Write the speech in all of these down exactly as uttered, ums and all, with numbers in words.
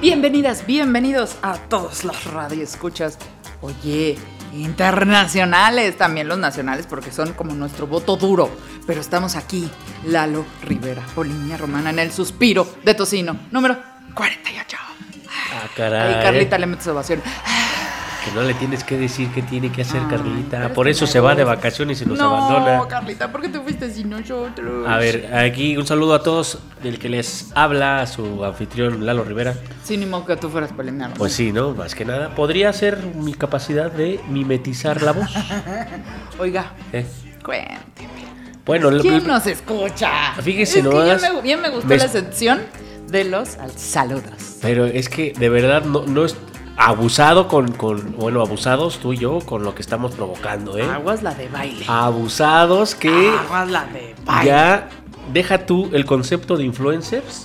Bienvenidas, bienvenidos a todos los radioescuchas. Oye, internacionales, también los nacionales, porque son como nuestro voto duro. Pero estamos aquí, Lalo Rivera, Polinia Romana, en el suspiro de Tocino, número cuarenta y ocho. Ah, caray. Ahí Carlita le mete su ovación. Que no le tienes que decir qué tiene que hacer, Ay, Carlita. pero Por es eso que se me va de gusta. vacaciones y nos no, abandona. No, Carlita, ¿por qué te fuiste sin nosotros? A ver, aquí un saludo a todos. Del que les habla su anfitrión Lalo Rivera. Sí, ni modo que tú fueras Polinia Romana. Pues sí, ¿no? Más que nada. Podría ser mi capacidad de mimetizar la voz. Oiga, ¿Eh? cuénteme. Bueno, ¿Quién el- nos escucha? Fíjese es nomás. que ya me, ya me gustó Me- la sección de los saludos. Pero es que de verdad no, no es abusado con, con. Bueno, abusados tú y yo con lo que estamos provocando, ¿eh? Aguas la de baile. Abusados que Aguas la de baile. ya deja tú el concepto de influencers.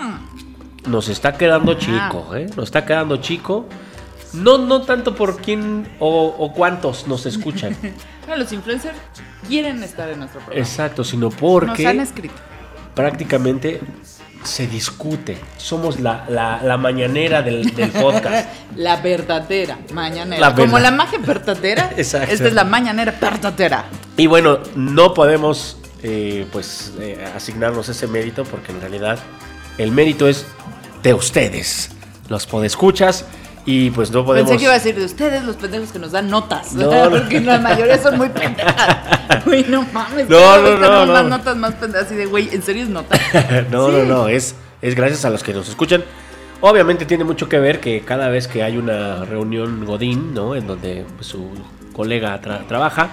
Nos está quedando chico, ¿eh? Nos está quedando chico. No, no tanto por quién o, o cuántos nos escuchan. No, los influencers quieren estar en nuestro programa. Exacto, sino Nos han porque escrito. prácticamente se discute. Somos la, la, la mañanera del, del podcast. La verdadera mañanera. La Como verdad- la magia verdadera. Exacto. Esta es la mañanera verdadera. Y bueno, no podemos eh, pues eh, asignarnos ese mérito porque en realidad el mérito es de ustedes, los podescuchas. Y pues no podemos. Pensé que iba a decir de ustedes, los pendejos que nos dan notas. No, no. Porque la mayoría son muy pendejas. Güey, no mames. No, cada no, vez no, tenemos no. más notas más pendejas. Así de, güey, ¿en serio es nota? no, Sí. no, no, es, es gracias a los que nos escuchan. Obviamente tiene mucho que ver que cada vez que hay una reunión Godín, ¿no? En donde pues, su colega tra- trabaja.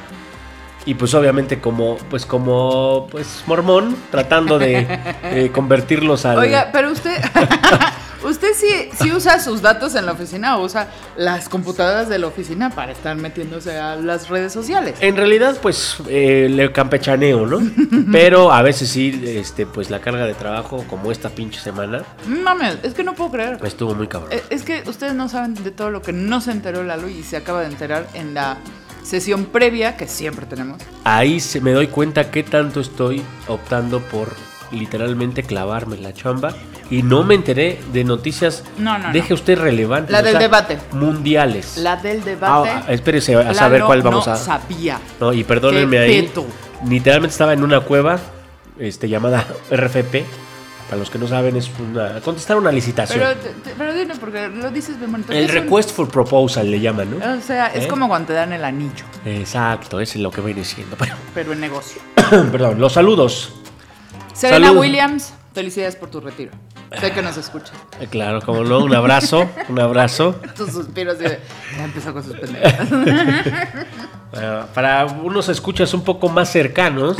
Y pues obviamente como, pues como, pues mormón, tratando de eh, convertirlos al... Oiga, pero usted... ¿Usted sí, sí usa sus datos en la oficina o usa las computadoras de la oficina para estar metiéndose a las redes sociales? En realidad, pues, eh, le campechaneo, ¿no? Pero a veces sí, este, pues, la carga de trabajo, como esta pinche semana, Mames, es que no puedo creer. estuvo muy cabrón. Eh, Es que ustedes no saben de todo lo que no se enteró Lalo y se acaba de enterar en la sesión previa que siempre tenemos. Ahí se me doy cuenta qué tanto estoy optando por literalmente clavarme en la chamba y no me enteré de noticias, No, no, deje no. usted relevantes. La del debate. Mundiales. La del debate. Ah, espérese a saber Lalo cuál vamos no a... sabía. No, y perdónenme Qué ahí. pedo. Literalmente estaba en una cueva este, llamada R F P. Para los que no saben, es una contestar una licitación. Pero, te- te- pero dime, porque lo dices de bonito. El Es un- request for proposal le llaman, ¿no? O sea, es ¿Eh? como cuando te dan el anillo, Exacto, ese es lo que viene siendo. Pero, pero en negocio. perdón, los saludos. Serena Salud. Williams, felicidades por tu retiro. Sé que nos escuchas. Eh, Claro, como no, un abrazo, un abrazo. Tus suspiros de... Ya empezó con sus pendejas. Bueno, para unos escuchas un poco más cercanos,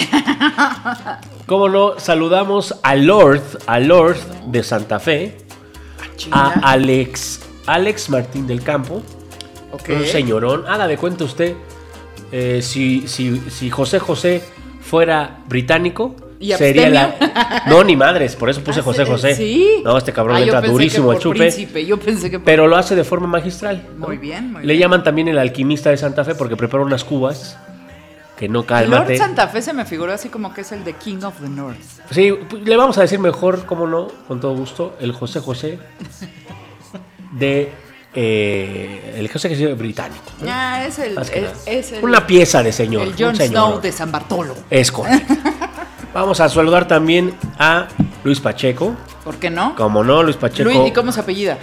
como no, saludamos a Lord, a Lord de Santa Fe, a Alex, Alex Martín del Campo, Ok. un señorón. Haga de cuenta usted, eh, si, si, si José José fuera británico, ¿Y sería abstemio? la... No, ni madres, por eso puse Ah, José sí, José. Sí. No, este cabrón Ah, yo entra pensé durísimo que al por chupe. príncipe, Yo pensé que por... Pero lo hace de forma magistral, ¿no? Muy bien, muy Le bien. llaman también el alquimista de Santa Fe porque prepara unas cubas que no cálmate. Lord Santa Fe se me figuró así como que es el de King of the North. Sí, pues, le vamos a decir mejor, cómo no, con todo gusto, el José José de eh, el José José británico, ¿no? Ah, es el... Más que Es, nada. es el Una pieza de señor. el un Jon señor. Snow de San Bartolo. Es correcto. Vamos a saludar también a Luis Pacheco. ¿Por qué no? Como no, Luis Pacheco. Luis, ¿y cómo se apellida?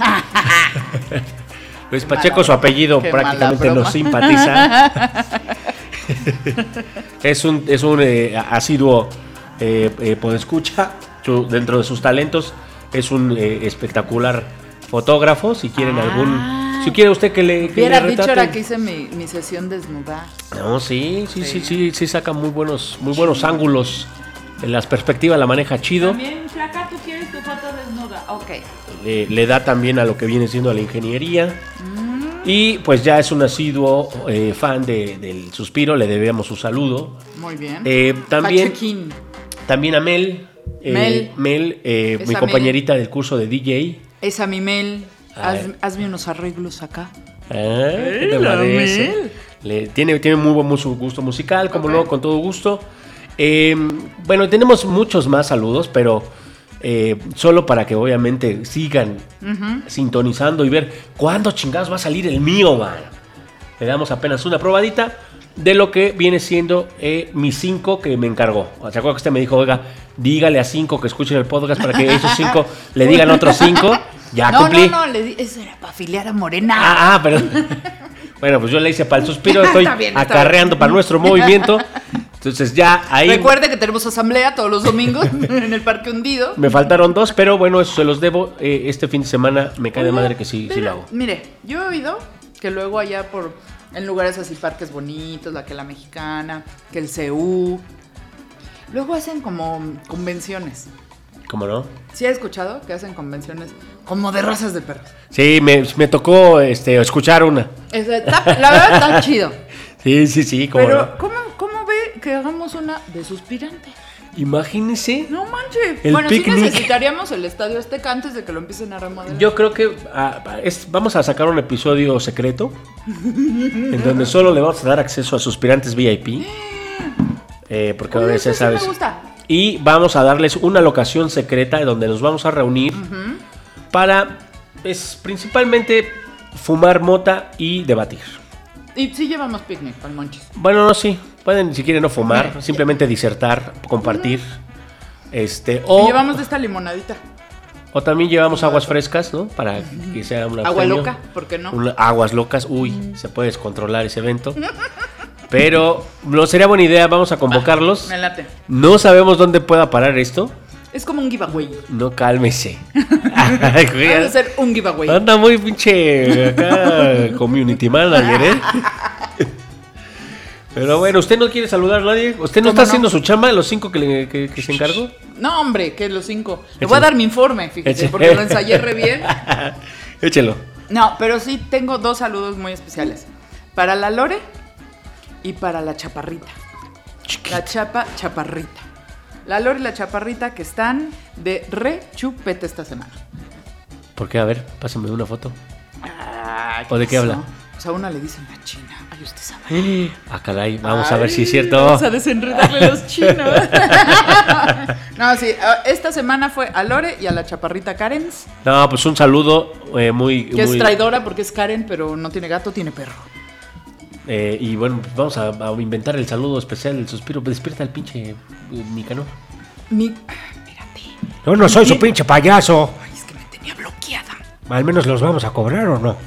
Luis Pacheco, su apellido Qué prácticamente mala broma. nos simpatiza. es un, es un eh, asiduo eh, eh, podescucha. Su- dentro de sus talentos es un eh, espectacular fotógrafo. Si quieren Ah. algún, si quiere usted que le, que Hubiera le dicho retrate. ahora que hice mi, mi sesión desnuda. No, sí, sí, sí, Sí. sí, sí, saca muy buenos, muy buenos ángulos. En las perspectivas la maneja chido. También, flaca, tú quieres tu foto desnuda. Ok. Le, le da también a lo que viene siendo a la ingeniería. Mm. Y pues ya es un asiduo eh, fan de, del Suspiro, le debemos un saludo. Muy bien. Eh, también, Pachequín. también a Mel. eh, Mel. Mel, eh, Esa mi Mel. compañerita del curso de D J. Esa mi Mel. A Haz- ver. hazme unos arreglos acá. Ah, ¿qué te la parece? Mel. Le, tiene, tiene muy buen mucho gusto musical, como Ok. no, con todo gusto. Eh, bueno, tenemos muchos más saludos, pero eh, solo para que obviamente sigan Uh-huh. sintonizando y ver cuándo chingados va a salir el mío, man. Le damos apenas una probadita de lo que viene siendo eh, mi cinco que me encargó. ¿Se acuerdan que usted me dijo, oiga, dígale a cinco que escuchen el podcast para que esos cinco le digan otros cinco? Ya no, cumplí. No, no, le di, eso era para afiliar a Morena. Ah, ah, perdón. Bueno, pues yo le hice para el suspiro, estoy Está bien, está acarreando bien. para nuestro movimiento. Entonces ya ahí... Recuerde que tenemos asamblea todos los domingos en el Parque Hundido. Me faltaron dos, pero bueno, eso se los debo. Eh, este fin de semana me cae de madre que sí, Mira, sí lo hago. Mire, yo he oído que luego allá por... En lugares así, parques bonitos, la que la Mexicana, que el C U. Luego hacen como convenciones. ¿Cómo no? ¿Sí ha escuchado que hacen convenciones como de razas de perros? Sí, me, me tocó este, escuchar una. Es- está- la verdad está chido. Sí, sí, sí. ¿Cómo Pero, no? ¿cómo, ¿cómo ve que hagamos una de suspirante? Imagínese. No manches. El Bueno, picnic. sí necesitaríamos el Estadio Azteca antes de que lo empiecen a remodelar. Yo creo que ah, es- vamos a sacar un episodio secreto en donde solo le vamos a dar acceso a suspirantes V I P. Eh, porque Oye, ahora eso ya sí sabes. me gusta. Y vamos a darles una locación secreta donde nos vamos a reunir Ujú. para, pues, principalmente fumar mota y debatir. Y sí llevamos picnic para el Monchis. Bueno, no, sí. Pueden, si quieren, no fumar, simplemente disertar, compartir. Este, Y o, llevamos de esta limonadita. o también llevamos aguas frescas, ¿no? Para que sea una Agua loca, ¿por qué no? Una- aguas locas, uy, se puede descontrolar ese evento. Pero no sería buena idea, vamos a convocarlos. Me late. No sabemos dónde pueda parar esto. Es como un giveaway. No, cálmese. Vamos a hacer un giveaway. Anda muy pinche acá, community manager, ¿eh? Pero bueno, ¿usted no quiere saludar a nadie? ¿Usted no ¿Cómo está no? haciendo su chamba, los cinco que, le- que- que se encargó? No, hombre, que los cinco. Le Échale. voy a dar mi informe, fíjese, Échale. porque lo ensayé re bien. Échelo. No, pero sí tengo dos saludos muy especiales. Para la Lore y para la Chaparrita. La Chapa Chaparrita. La Lore y la Chaparrita que están de re chupete esta semana. ¿Por qué? A ver, pásame una foto. Ay, ¿O de qué pasó? habla? O sea, a una le dicen la china. Ay, usted sabe. Ah, caray, vamos a ver Ay, si es cierto. Vamos a desenredarle los chinos. No, sí, esta semana fue a Lore y a la Chaparrita Karens, No, pues un saludo eh, muy... que muy es traidora porque es Karen, pero no tiene gato, tiene perro. eh, y bueno, pues vamos a, a inventar el saludo especial, el suspiro. Despierta el pinche eh, Nicanor. Ni... Espérate. Yo no soy su pinche payaso. Ay, es que me tenía bloqueada. Al menos los vamos a cobrar o no.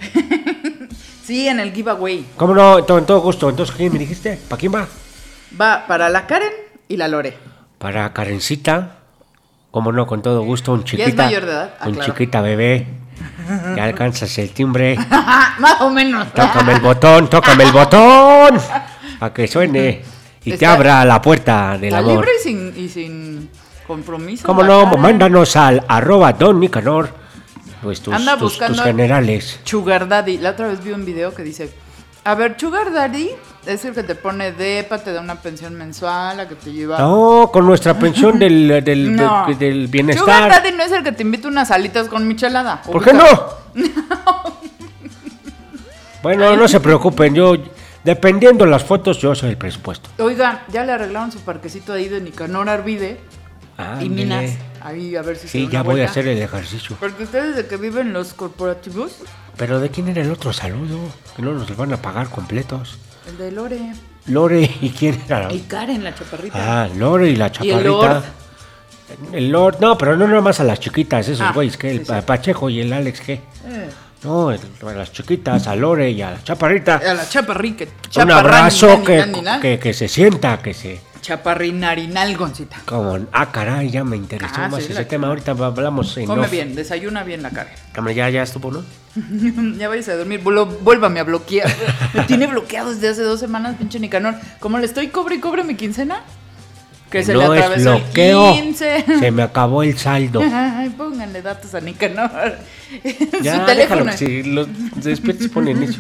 Sí, en el giveaway. ¿Cómo no? En todo, en todo gusto. Entonces, ¿quién me dijiste? ¿Para quién va? Va para la Karen y la Lore. Para Karencita. ¿Cómo no? Con todo gusto. Un chiquita. es mayor de edad, ah, un claro. chiquita bebé. Ya alcanzas el timbre. Más o menos. Tócame el botón, tócame el botón. Para que suene. Y te Está- abra la puerta del Está amor. libre y sin, y sin compromiso. ¿Cómo la no? Karen. Mándanos al arroba Don Nicanor. Pues tus, Anda tus, buscando- tus generales. Sugar Daddy. La otra vez vi un video que dice, a ver, Sugar Daddy es el que te pone depa, te da una pensión mensual, la que te lleva... No, con nuestra pensión del, del, No. del- del Sugar bienestar. Daddy no es el que te invita unas alitas con michelada. ¿Por qué Ubica- no? Bueno, no se preocupen, yo, dependiendo las fotos, yo soy el presupuesto. Oigan, ya le arreglaron su parquecito ahí de Nicanor Arvide y Ándele. Minas. Ahí a ver si se Sí, da ya una voy a vuelta. hacer el ejercicio. Porque ustedes de que viven los corporativos, Pero ¿de quién era el otro saludo? Que no nos los van a pagar completos. el de Lore Lore, ¿y quién era? y Karen, la chaparrita. Ah, Lore y la Y el chaparrita. Lord. El Lord, no, pero no nada más a las chiquitas, esos Ah, güeyes, que el sí, sí. Pa- Pacheco y el Alex, ¿qué? Eh, No, el- a las chiquitas, a Lore y a la chaparrita. a la chaparrica. Un abrazo que, que, que se sienta, que se... Chaparrinarinalgoncita. Como, ah, caray, ya me interesó Ah, más sí, ese la- tema. Ahorita hablamos en Come off. bien, desayuna bien la Karen. Hombre, ya, ya estuvo, ¿no? Ya váyase a dormir, vuelo- vuélvame a bloquear. Me tiene bloqueado desde hace dos semanas, pinche Nicanor. Como le estoy cobre y cobre mi quincena, que se no le es atravesó el bloqueo. quince. Se me acabó el saldo. Ay, pónganle datos a Nicanor. Ya, Su teléfono. déjalo que si los despiertes ponen eso.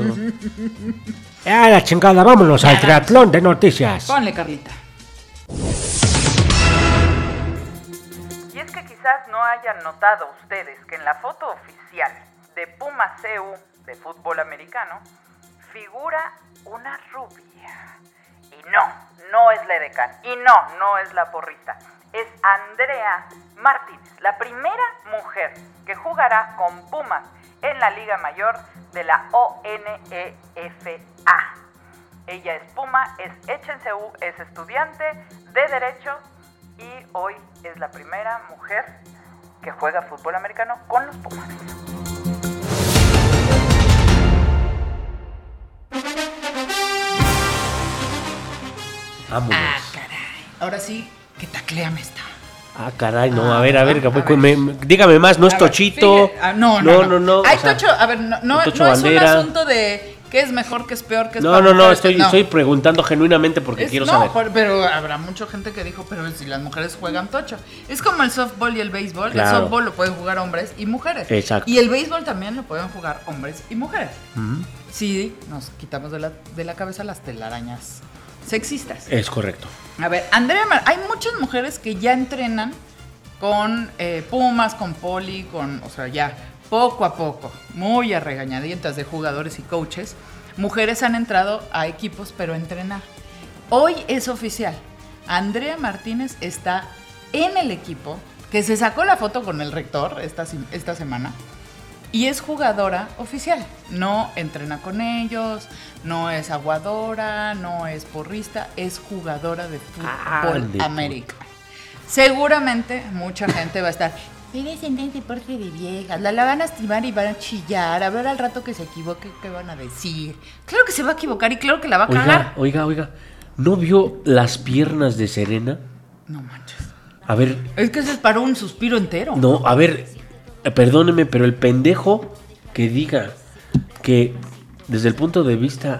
Ya la chingada, vámonos al triatlón de noticias. Ponle, Carlita. Y es que quizás no hayan notado ustedes que en la foto oficial de Puma C U de fútbol americano figura una rubia. Y no, no es la edecán. Y no, no es la porrista. Es Andrea Martínez. la primera mujer que jugará con Pumas en la Liga Mayor de la O N E F A. Ella es Puma, es H N C U, es estudiante de Derecho y hoy es la primera mujer que juega fútbol americano con los Pumas. Vámonos. Ah, caray. Ahora sí, que tacléame esta. Ah, caray, no, Ah, a ver, a ver, a ver. me- me- dígame más, no es A ver, Tochito. fíjate. Ah, no, no, no, no, no, Hay o sea, Tocho, a ver, no, no, Tocho no es un Bandera. asunto de qué es mejor, qué es peor, qué es No, para no, no, mujeres, estoy, qué- no. estoy preguntando genuinamente porque Es- quiero no, saber. por- pero habrá mucha gente que dijo, pero si las mujeres juegan tocho. Es como el softball y el béisbol. Claro. El softball lo pueden jugar hombres y mujeres. Exacto. Y el béisbol también lo pueden jugar hombres y mujeres. Ujú. Sí, nos quitamos de la, de la cabeza las telarañas sexistas. Es correcto. A ver, Andrea, Mar- hay muchas mujeres que ya entrenan con eh, Pumas, con Poli, con, o sea, ya poco a poco, muy a regañadientas de jugadores y coaches, mujeres han entrado a equipos, pero a entrenar. Hoy es oficial. Andrea Martínez está en el equipo, que se sacó la foto con el rector esta, sim- esta semana, y es jugadora oficial. No entrena con ellos, no es aguadora, no es porrista, es jugadora de fútbol Ande, americano. Seguramente mucha gente va a estar, pero es en deporte de viejas, la, la van a estimar y van a chillar, a ver al rato que se equivoque, ¿qué van a decir? Claro que se va a equivocar y claro que la va a Oiga, cagar. oiga, oiga, ¿no vio las piernas de Serena? No manches. A ver, Es que se paró un suspiro entero. no, a ver, eh, perdóneme, pero el pendejo que diga que desde el punto de vista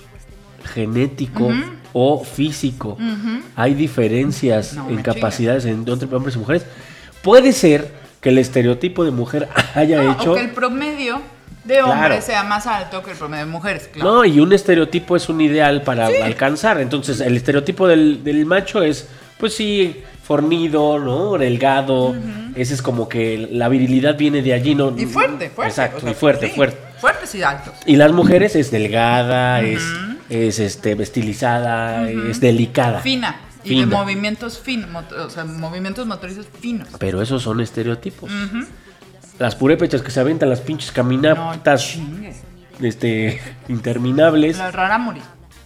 genético o físico hay diferencias No, en me capacidades en- entre hombres y mujeres, puede ser que el estereotipo de mujer haya No, hecho... o que el promedio de Claro. hombres sea más alto que el promedio de mujeres, claro. No, y un estereotipo es un ideal para alcanzar. Entonces, el estereotipo del, del macho es, pues sí, fornido, ¿no? Delgado. Ese es como que la virilidad viene de allí, ¿no? Y fuerte, fuerte. Exacto, o sea, y fuerte, sí, fuerte. Fuertes y altos. Y las mujeres es delgada, es, es este, estilizada, es delicada. Fina. Y de Fina. movimientos finos, o sea, movimientos motrices finos. Pero esos son estereotipos. Las purépechas que se aventan las pinches caminatas No chingue. este, interminables. La rarámuri.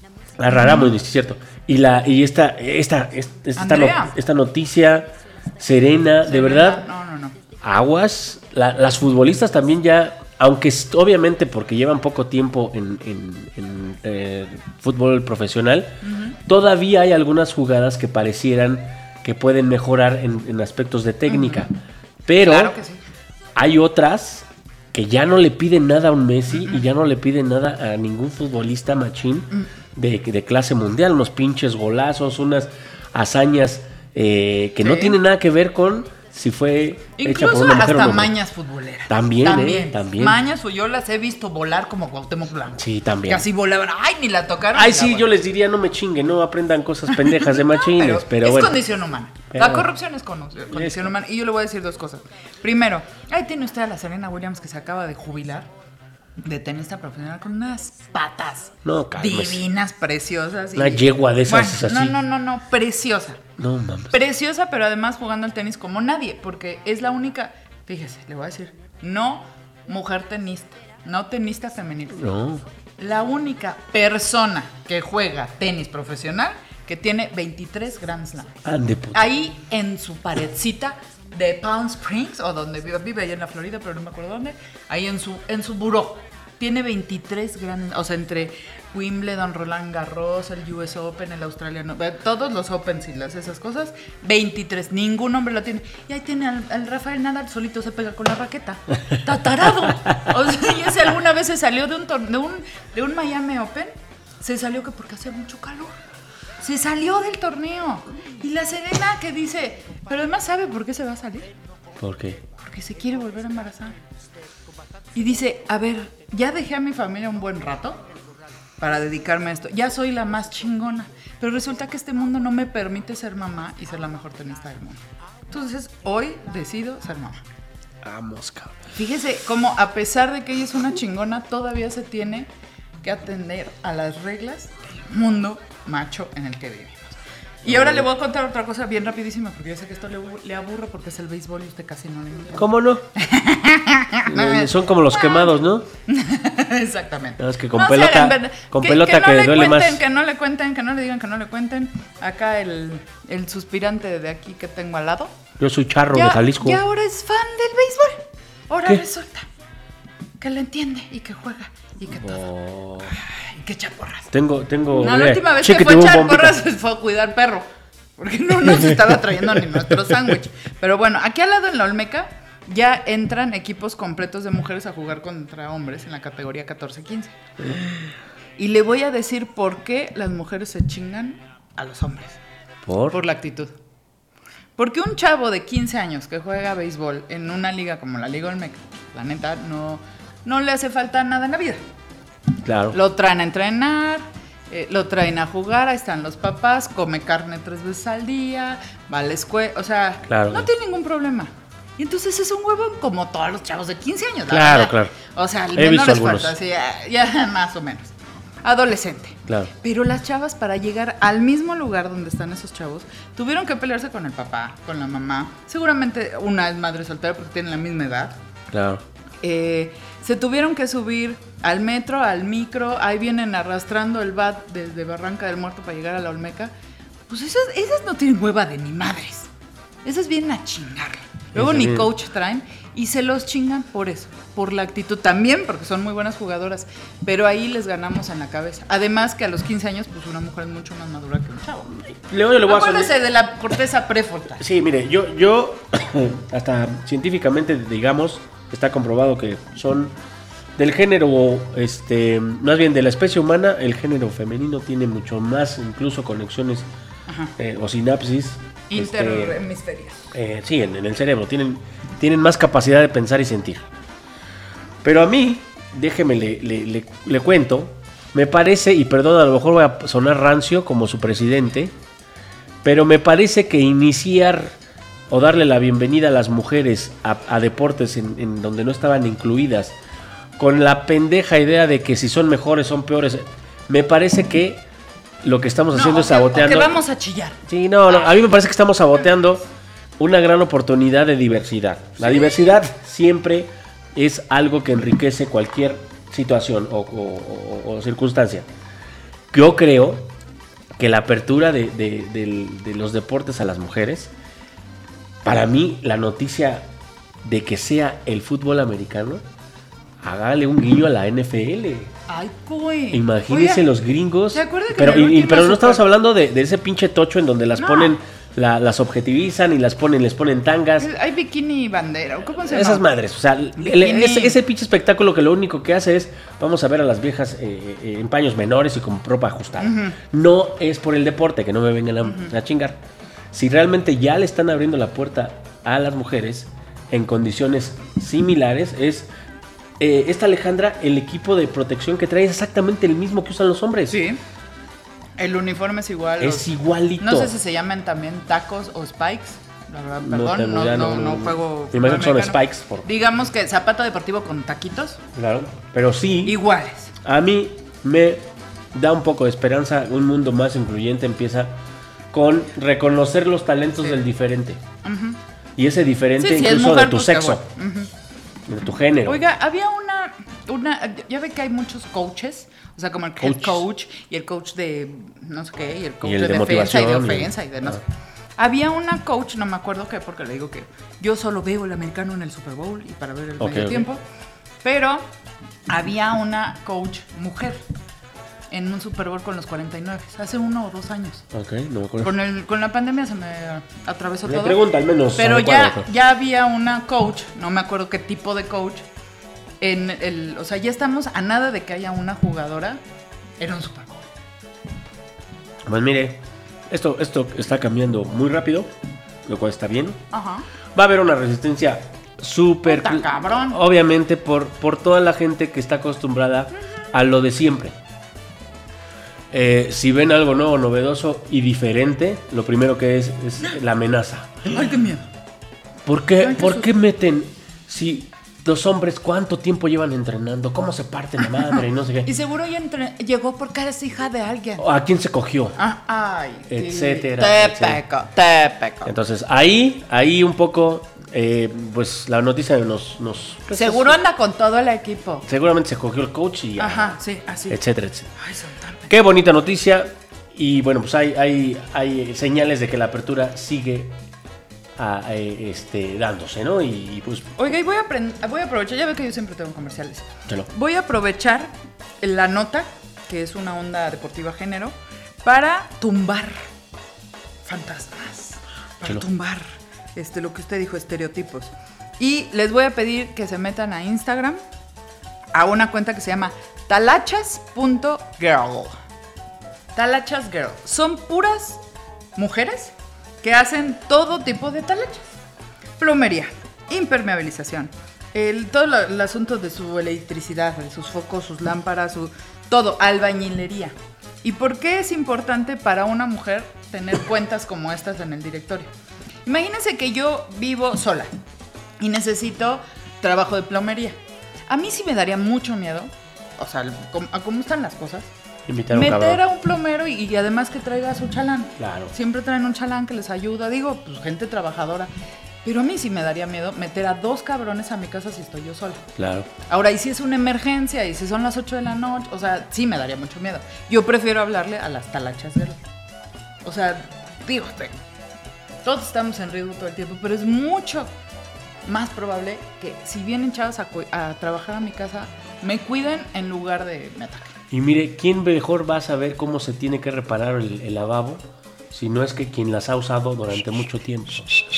La Rarámuri, es cierto. Y la y esta esta esta, esta, Andrea. no- esta noticia Serena, de verdad, No, no, no. aguas. La- las futbolistas también ya, aunque es- obviamente porque llevan poco tiempo en, en- en, eh, fútbol profesional, todavía hay algunas jugadas que parecieran que pueden mejorar en, en aspectos de técnica. Pero Claro que sí. hay otras que ya no le piden nada a un Messi y ya no le piden nada a ningún futbolista machín de, de clase mundial. Unos pinches golazos, unas hazañas eh, que no Sí. tienen nada que ver con si fue hecha por Incluso una mujer o hasta un hombre. mañas futboleras. También, ¿eh? También. Mañas, yo las he visto volar como Cuauhtémoc Blanco. Sí, también. Que así volaban. Ay, ni la tocaron. Ay, ni la sí, volaron. yo les diría, no me chinguen, no aprendan cosas pendejas de machines, Pero, pero, es bueno. condición humana. Pero La bueno. corrupción es cono- condición humana. Y yo le voy a decir dos cosas. Primero, ahí tiene usted a la Serena Williams que se acaba de jubilar de tenista profesional con unas patas No, cálmese. divinas, preciosas. y- Una yegua de esas, Bueno, así. No, no, no, no, preciosa. No, mames. Preciosa, pero además jugando al tenis como nadie, porque es la única, fíjese, le voy a decir, no mujer tenista, no tenista femenil. No. La única persona que juega tenis profesional que tiene veintitrés Grand Slam. Ande puta. Ahí en su paredcita de Palm Springs, o donde vive, vive allá en la Florida, pero no me acuerdo dónde, ahí en su, en su buró. Tiene veintitrés Grand, o sea, entre Wimbledon, Roland Garros, el U S Open, el australiano, eh, todos los Opens y las esas cosas, veintitrés, ningún hombre lo tiene. Y ahí tiene al, al Rafael Nadal, solito se pega con la raqueta. ¡Tatarado! O sea, y ese alguna vez se salió de un, tor- de un, de un Miami Open, se salió que porque hacía mucho calor. Se salió del torneo. Y la Serena que dice, pero además sabe por qué se va a salir. ¿Por qué? Porque se quiere volver a embarazar. Y dice, a ver, ya dejé a mi familia un buen rato para dedicarme a esto. Ya soy la más chingona. Pero resulta que este mundo no me permite ser mamá y ser la mejor tenista del mundo. Entonces, hoy decido ser mamá. Vamos, cabrón. Fíjese cómo a pesar de que ella es una chingona, todavía se tiene que atender a las reglas del mundo macho en el que vivimos. Y ahora le voy a contar otra cosa bien rapidísima, porque yo sé que esto le, le aburre porque es el béisbol y usted casi no le gusta. ¿Cómo no? Eh, Son como los quemados, ¿no? Exactamente. No, es que con No se pelota, hagan ver- con que, pelota que, no que le duele cuenten, más. Que no le cuenten, que no le digan, que no le cuenten. Acá el, el suspirante de aquí que tengo al lado. Yo soy charro Ya, de Jalisco. ya ahora es fan del béisbol. Ahora ¿Qué? resulta que le entiende y que juega y que todo. Oh. Ay, que echa porras. Tengo, tengo. No, la mira, última vez cheque, que fue a tengo un echar bombita. porras pues, fue a cuidar perro. Porque no nos estaba trayendo ni nuestro sándwich. Pero bueno, aquí al lado en la Olmeca ya entran equipos completos de mujeres a jugar contra hombres en la categoría catorce quince. Y le voy a decir por qué las mujeres se chingan a los hombres. ¿Por? Por la actitud. Porque un chavo de quince años que juega béisbol en una liga como la Liga Olmeca, la neta, no, no le hace falta nada en la vida. Claro. Lo traen a entrenar, eh, lo traen a jugar, ahí están los papás, come carne tres veces al día, va a la escuela, o sea, Claro. no tiene ningún problema. Y entonces es un huevón como todos los chavos de quince años. la Claro, verdad. claro. O sea, el He menor visto esfuerzo, algunos. así, ya, ya más o menos. Adolescente. Claro. Pero las chavas, para llegar al mismo lugar donde están esos chavos, tuvieron que pelearse con el papá, con la mamá. Seguramente una es madre soltera porque tienen la misma edad. Claro. Eh, se tuvieron que subir al metro, al micro, ahí vienen arrastrando el bat desde Barranca del Muerto para llegar a la Olmeca. Pues esas, esas no tienen hueva de ni madres. Esas vienen a chingar. Luego Esas ni vienen- coach traen y se los chingan por eso, por la actitud también, porque son muy buenas jugadoras. Pero ahí les ganamos en la cabeza. Además que a los quince años, pues una mujer es mucho más madura que un chavo. Luego yo le voy a Acuérdese sonar- de la corteza prefrontal. Sí, mire, yo, yo hasta científicamente, digamos, está comprobado que son del género, este, más bien de la especie humana, el género femenino tiene mucho más, incluso conexiones eh, o sinapsis. este, Interhemisferias. eh, sí, en, en el cerebro, tienen, tienen más capacidad de pensar y sentir. Pero a mí, déjeme le, le, le, le cuento, me parece, y perdón, a lo mejor voy a sonar rancio como su presidente, pero me parece que iniciar o darle la bienvenida a las mujeres a, a deportes en, en donde no estaban incluidas, con la pendeja idea de que si son mejores son peores, me parece que lo que estamos haciendo No, es o que- saboteando. o que vamos a chillar. Sí, no, no, a mí me parece que estamos saboteando una gran oportunidad de diversidad. La diversidad siempre es algo que enriquece cualquier situación o, o- o- o circunstancia. Yo creo que la apertura de, de- del- de los deportes a las mujeres, para mí la noticia de que sea el fútbol americano, hágale un guiño a la N F L. Ay, güey. Imagínense Oiga, los gringos. ¿se acuerda que Pero, en la y- y- última pero no super- estamos hablando de, de ese pinche tocho en donde las No. ponen, la- las objetivizan y las ponen, les ponen tangas. Hay bikini bandera, ¿o ¿cómo se llama? Esas madres, o sea, el- Bikini. ese, ese pinche espectáculo que lo único que hace es, vamos a ver a las viejas eh, eh, en paños menores y con ropa ajustada. No es por el deporte, que no me vengan a, a chingar. Si realmente ya le están abriendo la puerta a las mujeres en condiciones similares, es... eh, esta Alejandra, el equipo de protección que trae es exactamente el mismo que usan los hombres. Sí. El uniforme es igual. Es los- igualito. No sé si se llaman también tacos o spikes. La verdad, No perdón, tengo no, idea, no, no, no no. juego. Me imagino que son fútbol americano. spikes, por- Digamos que zapato deportivo con taquitos Claro, pero sí, iguales. a mí me da un poco de esperanza. Un mundo más incluyente empieza con reconocer los talentos Sí. del diferente. Y ese diferente Sí, si es incluso mujer, de tu pues, qué sexo, bueno. Ujú. de tu género. Oiga, había una, una. Ya ve que hay muchos coaches. O sea, como el head Coaches. coach y el coach de no sé qué, y el coach el de, de defensa y de motivación, y- ofensa y de no sé. Había una coach, no me acuerdo qué, porque le digo que yo solo veo el americano en el Super Bowl y para ver el Ok, medio ok. tiempo. Pero había una coach mujer en un Super Bowl con los cuarenta y nueve, hace uno o dos años. Ok, no me acuerdo. Con, el, con la pandemia se me atravesó Me todo. pregunta al menos. Pero adecuado, ya, ¿no? ya había una coach, no me acuerdo qué tipo de coach, en el, o sea, ya estamos a nada de que haya una jugadora en un Super Bowl. Pues mire, esto, esto está cambiando muy rápido, lo cual está bien. Ajá. Va a haber una resistencia súper... Puta, cabrón. Obviamente por, por toda la gente que está acostumbrada a lo de siempre. Eh, si ven algo nuevo, novedoso y diferente, lo primero que es es la amenaza. Ay, qué miedo. ¿Por qué, Ay, qué ¿por susto. qué meten? Si los hombres cuánto tiempo llevan entrenando, cómo se parten la madre y no sé qué. Y seguro ella entre- llegó porque eres hija de alguien. ¿A quién se cogió? Ah, ay, Etcétera, Te etcétera. peco, te peco. Entonces, ahí, ahí un poco, eh, pues la noticia nos... nos pues, Seguro anda con todo el equipo. seguramente se cogió el coach y ya, Ajá, sí, así. etcétera, etcétera. Ay, son tan pe- Qué bonita noticia. Y bueno, pues hay, hay, hay señales de que la apertura sigue a, eh, este, dándose, ¿no? Y, y pues, Oiga, y voy a, aprend- voy a aprovechar, ya ve que yo siempre tengo comerciales. chelo. Voy a aprovechar la nota, que es una onda deportiva género, para tumbar fantasmas, para Chelo. tumbar este, lo que usted dijo, estereotipos. Y les voy a pedir que se metan a Instagram, a una cuenta que se llama talachas punto girl. Talachas Girl. Son puras mujeres que hacen todo tipo de talachas. Plomería, impermeabilización, el, todo lo- el asunto de su electricidad, de sus focos, sus lámparas, su, todo, albañilería. ¿Y por qué es importante para una mujer tener cuentas como estas en el directorio? Imagínense que yo vivo sola y necesito trabajo de plomería. A mí sí me daría mucho miedo, o sea, com- a cómo están las cosas, Invitar a un meter cabrón. a un plomero y, y además que traiga su chalán. Claro. Siempre traen un chalán que les ayuda. Digo, pues gente trabajadora. Pero a mí sí me daría miedo meter a dos cabrones a mi casa si estoy yo sola. Claro. Ahora, y si es una emergencia, y si son las ocho de la noche, o sea, sí me daría mucho miedo. Yo prefiero hablarle a las talachas girl. O sea, digo, te- todos estamos en riesgo todo el tiempo, pero es mucho más probable que si vienen chavas a, cu- a trabajar a mi casa, me cuiden en lugar de me ataquen. Y mire, ¿quién mejor va a saber cómo se tiene que reparar el, el lavabo si no es que quien las ha usado durante mucho tiempo?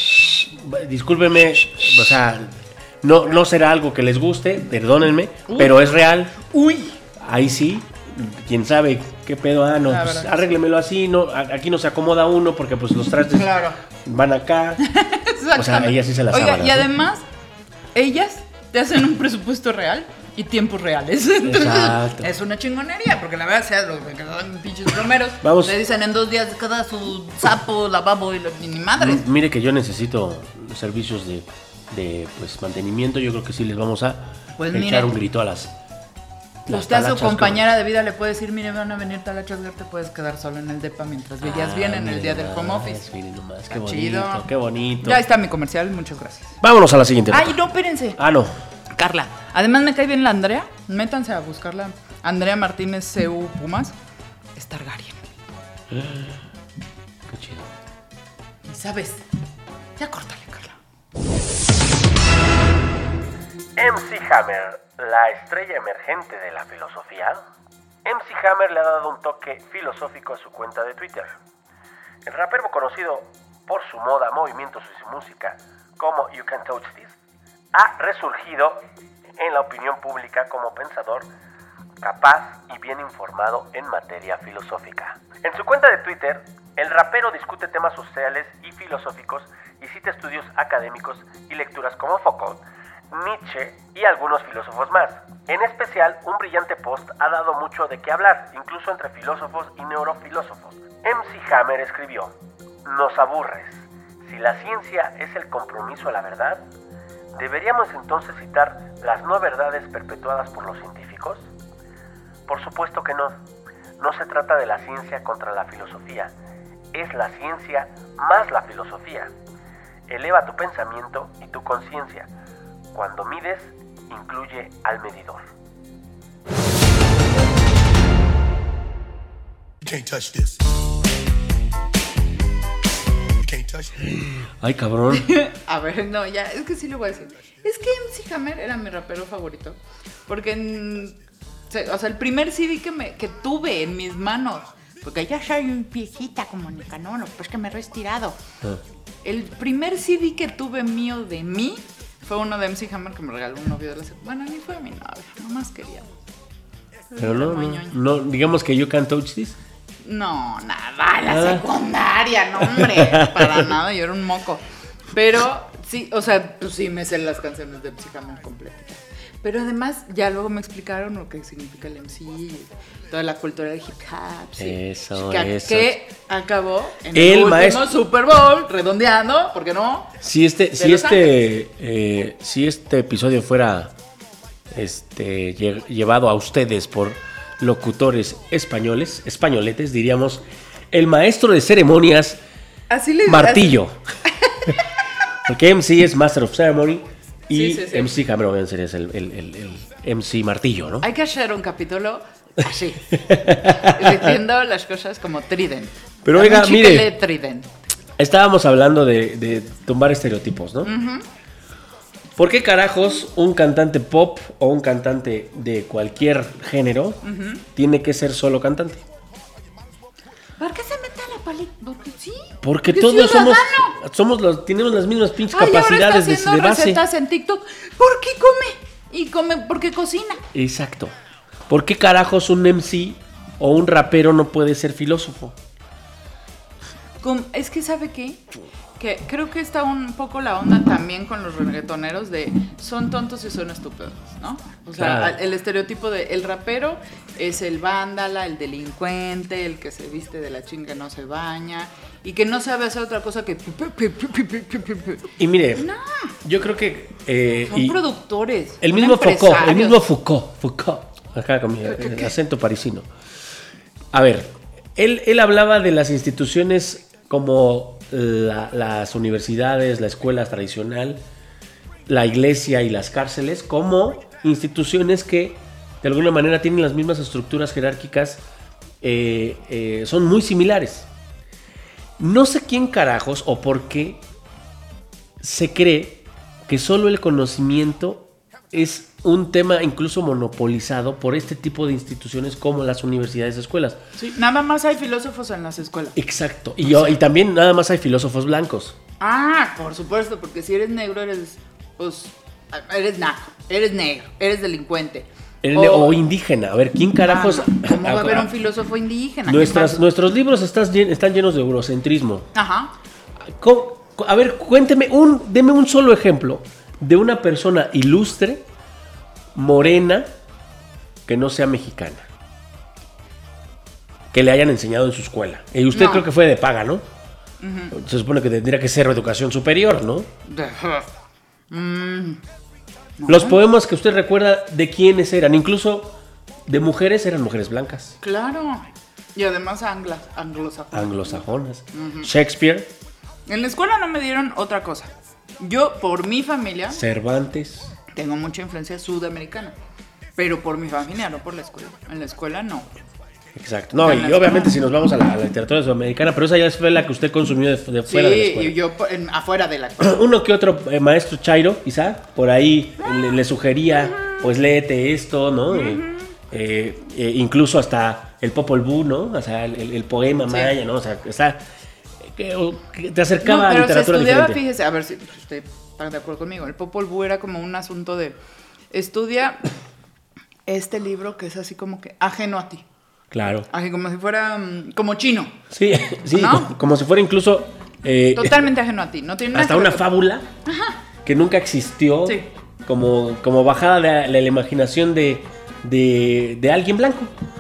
Discúlpenme, o sea, no, no será algo que les guste, perdónenme, Uy. pero es real. ¡Uy! Ahí sí, quién sabe qué pedo, ah, no, La pues verdad que arréglemelo así, no, a- aquí no se acomoda uno porque pues los trastes Claro. van acá. O sea, ellas sí se las Oiga, sábanas, y ¿no? además, ellas te hacen un presupuesto real y tiempos reales. Entonces, Exacto. es una chingonería, porque la verdad, sea los que son pinches plomeros, Vamos. le dicen en dos días cada su sapo, lavabo y lo- ni madres. M- Mire que yo necesito servicios de, de pues mantenimiento, yo creo que sí les vamos a Pues echar mire. un grito a las, las Usted a su talachas compañera de vida le puede decir, mire, van a venir talachas, Girl, te puedes quedar solo en el depa mientras ellas Ah, vienen el día mire del home nomás, office. mire nomás, qué Está bonito, chido. qué bonito. Ya está mi comercial, muchas gracias. Vámonos a la siguiente nota. Ay, no, espérense. Ah, no. Carla. Además me cae bien la Andrea. Métanse a buscarla. Andrea Martínez C U Pumas. Es Targaryen. Qué chido. Y sabes, ya córtale, Carla. M C Hammer, la estrella emergente de la filosofía. M C Hammer le ha dado un toque filosófico a su cuenta de Twitter. El rapero conocido por su moda, movimientos y su música como You Can Touch This, ha resurgido en la opinión pública como pensador capaz y bien informado en materia filosófica. En su cuenta de Twitter, el rapero discute temas sociales y filosóficos y cita estudios académicos y lecturas como Foucault, Nietzsche y algunos filósofos más. En especial, un brillante post ha dado mucho de qué hablar, incluso entre filósofos y neurofilósofos. M C Hammer escribió: "Nos aburres. Si la ciencia es el compromiso a la verdad, ¿deberíamos entonces citar las no verdades perpetuadas por los científicos? Por supuesto que no. No se trata de la ciencia contra la filosofía. Es la ciencia más la filosofía. Eleva tu pensamiento y tu conciencia. Cuando mides, incluye al medidor". You can't touch this. You can't touch it. Ay, cabrón. A ver, no, ya, es que sí lo voy a decir. Es que M C Hammer era mi rapero favorito. Porque, en- se- o sea, el primer C D que, me, que tuve en mis manos, porque ya soy un viejita como Nicanor, no, pues que me he retirado. Ah. El primer C D que tuve mío de mí fue uno de M C Hammer que me regaló un novio de la secundaria. Bueno, ni fue mi novio, nomás quería. Pero no, Muy no, ñoño. no, digamos que You Can Touch This. No, nada, la Nada. secundaria, no, hombre, para nada, yo era un moco. Pero sí, o sea, pues sí me sé las canciones de M C Hammer completas. Pero además, ya luego me explicaron lo que significa el M C, toda la cultura del hip hop. Sí. Eso, que, eso. que acabó en El el, último maestro- Super Bowl, redondeando, ¿por qué no? Si este, si Los este, eh, si este episodio fuera este, lle- llevado a ustedes por locutores españoles, españoletes, diríamos el maestro de ceremonias Así le Martillo. Porque M C es Master of Ceremony y Sí, sí, sí. M C Hammer obviamente es el, el, el, el M C Martillo, ¿no? Hay que hacer un capítulo así, diciendo las cosas como Trident. Pero Dame oiga, un chicle mire. Trident. Estábamos hablando de, de tumbar estereotipos, ¿no? ¿Por qué carajos un cantante pop o un cantante de cualquier género tiene que ser solo cantante? ¿Por qué se mete a la paleta? Porque sí. Porque ¡Qué todos somos, ciudadano! somos los, tenemos las mismas pinches Ay, ahora está capacidades de, haciendo de base. recetas en TikTok. ¿Por qué come? Y come porque cocina. Exacto. ¿Por qué carajos un M C o un rapero no puede ser filósofo? Com- Es que, ¿sabe qué? Que creo que está un poco la onda también con los reggaetoneros de son tontos y son estúpidos, ¿no? O sea, Claro. el estereotipo de el rapero es el vándala, el delincuente, el que se viste de la chinga, no se baña y que no sabe hacer otra cosa que... Y mire, No. yo creo que... eh, Son y productores. el son mismo Foucault, el empresarios. mismo Foucault, Foucault, acá con mi el qué? acento parisino. A ver, él, él hablaba de las instituciones como la- las universidades, la escuela tradicional, la iglesia y las cárceles como instituciones que de alguna manera tienen las mismas estructuras jerárquicas, eh, eh, son muy similares. No sé quién carajos o por qué se cree que solo el conocimiento es un tema incluso monopolizado por este tipo de instituciones como las universidades y escuelas. Sí, nada más hay filósofos en las escuelas. Exacto. Y, yo, y también nada más hay filósofos blancos. Ah, por supuesto, porque si eres negro eres, pues, eres naco, eres negro, eres delincuente. El- O, indígena. A ver, ¿quién carajos? Ah, ¿cómo va a haber un filósofo indígena? Nuestras, ¿Qué nuestros libros estás llen- están llenos de eurocentrismo. pasa? Ajá. ¿Cómo- A ver, cuénteme, un, deme un solo ejemplo de una persona ilustre, morena, que no sea mexicana. Que le hayan enseñado en su escuela. Y usted No. creo que fue de paga, ¿no? Se supone que tendría que ser educación superior, ¿no? Mm, Los poemas que usted recuerda, ¿de quiénes eran? Incluso de mujeres, eran mujeres blancas, claro. Y además angla, anglosajón. anglosajonas. Shakespeare, En la escuela no me dieron otra cosa. Yo, por mi familia, Cervantes. tengo mucha influencia sudamericana. Pero por mi familia, no por la escuela. En la escuela no. Exacto. No, En y la obviamente escuela. si nos vamos a la, a la literatura sudamericana, pero esa ya fue la que usted consumió de, de Sí, fuera de la escuela. y yo por- en- afuera de la escuela. Uno que otro eh, maestro Chairo, quizá, por ahí le, le sugería, pues léete esto, ¿no? Eh, eh, eh, incluso hasta el Popol Vuh, ¿no? O sea, el, el- el poema Sí. maya, ¿no? O sea, está, que, o que te acercaba No, a pero se literatura estudiaba, diferente. fíjese, a ver si usted está de acuerdo conmigo. El Popol Vuh era como un asunto de estudia este libro que es así como que ajeno a ti. Claro. Así como si fuera mm, como chino. Sí, sí, ¿No? como, como si fuera incluso eh, Totalmente ajeno a ti. No tiene nada hasta que una ver. fábula que nunca existió, Sí. como, como bajada de la, la imaginación de, de, de alguien blanco.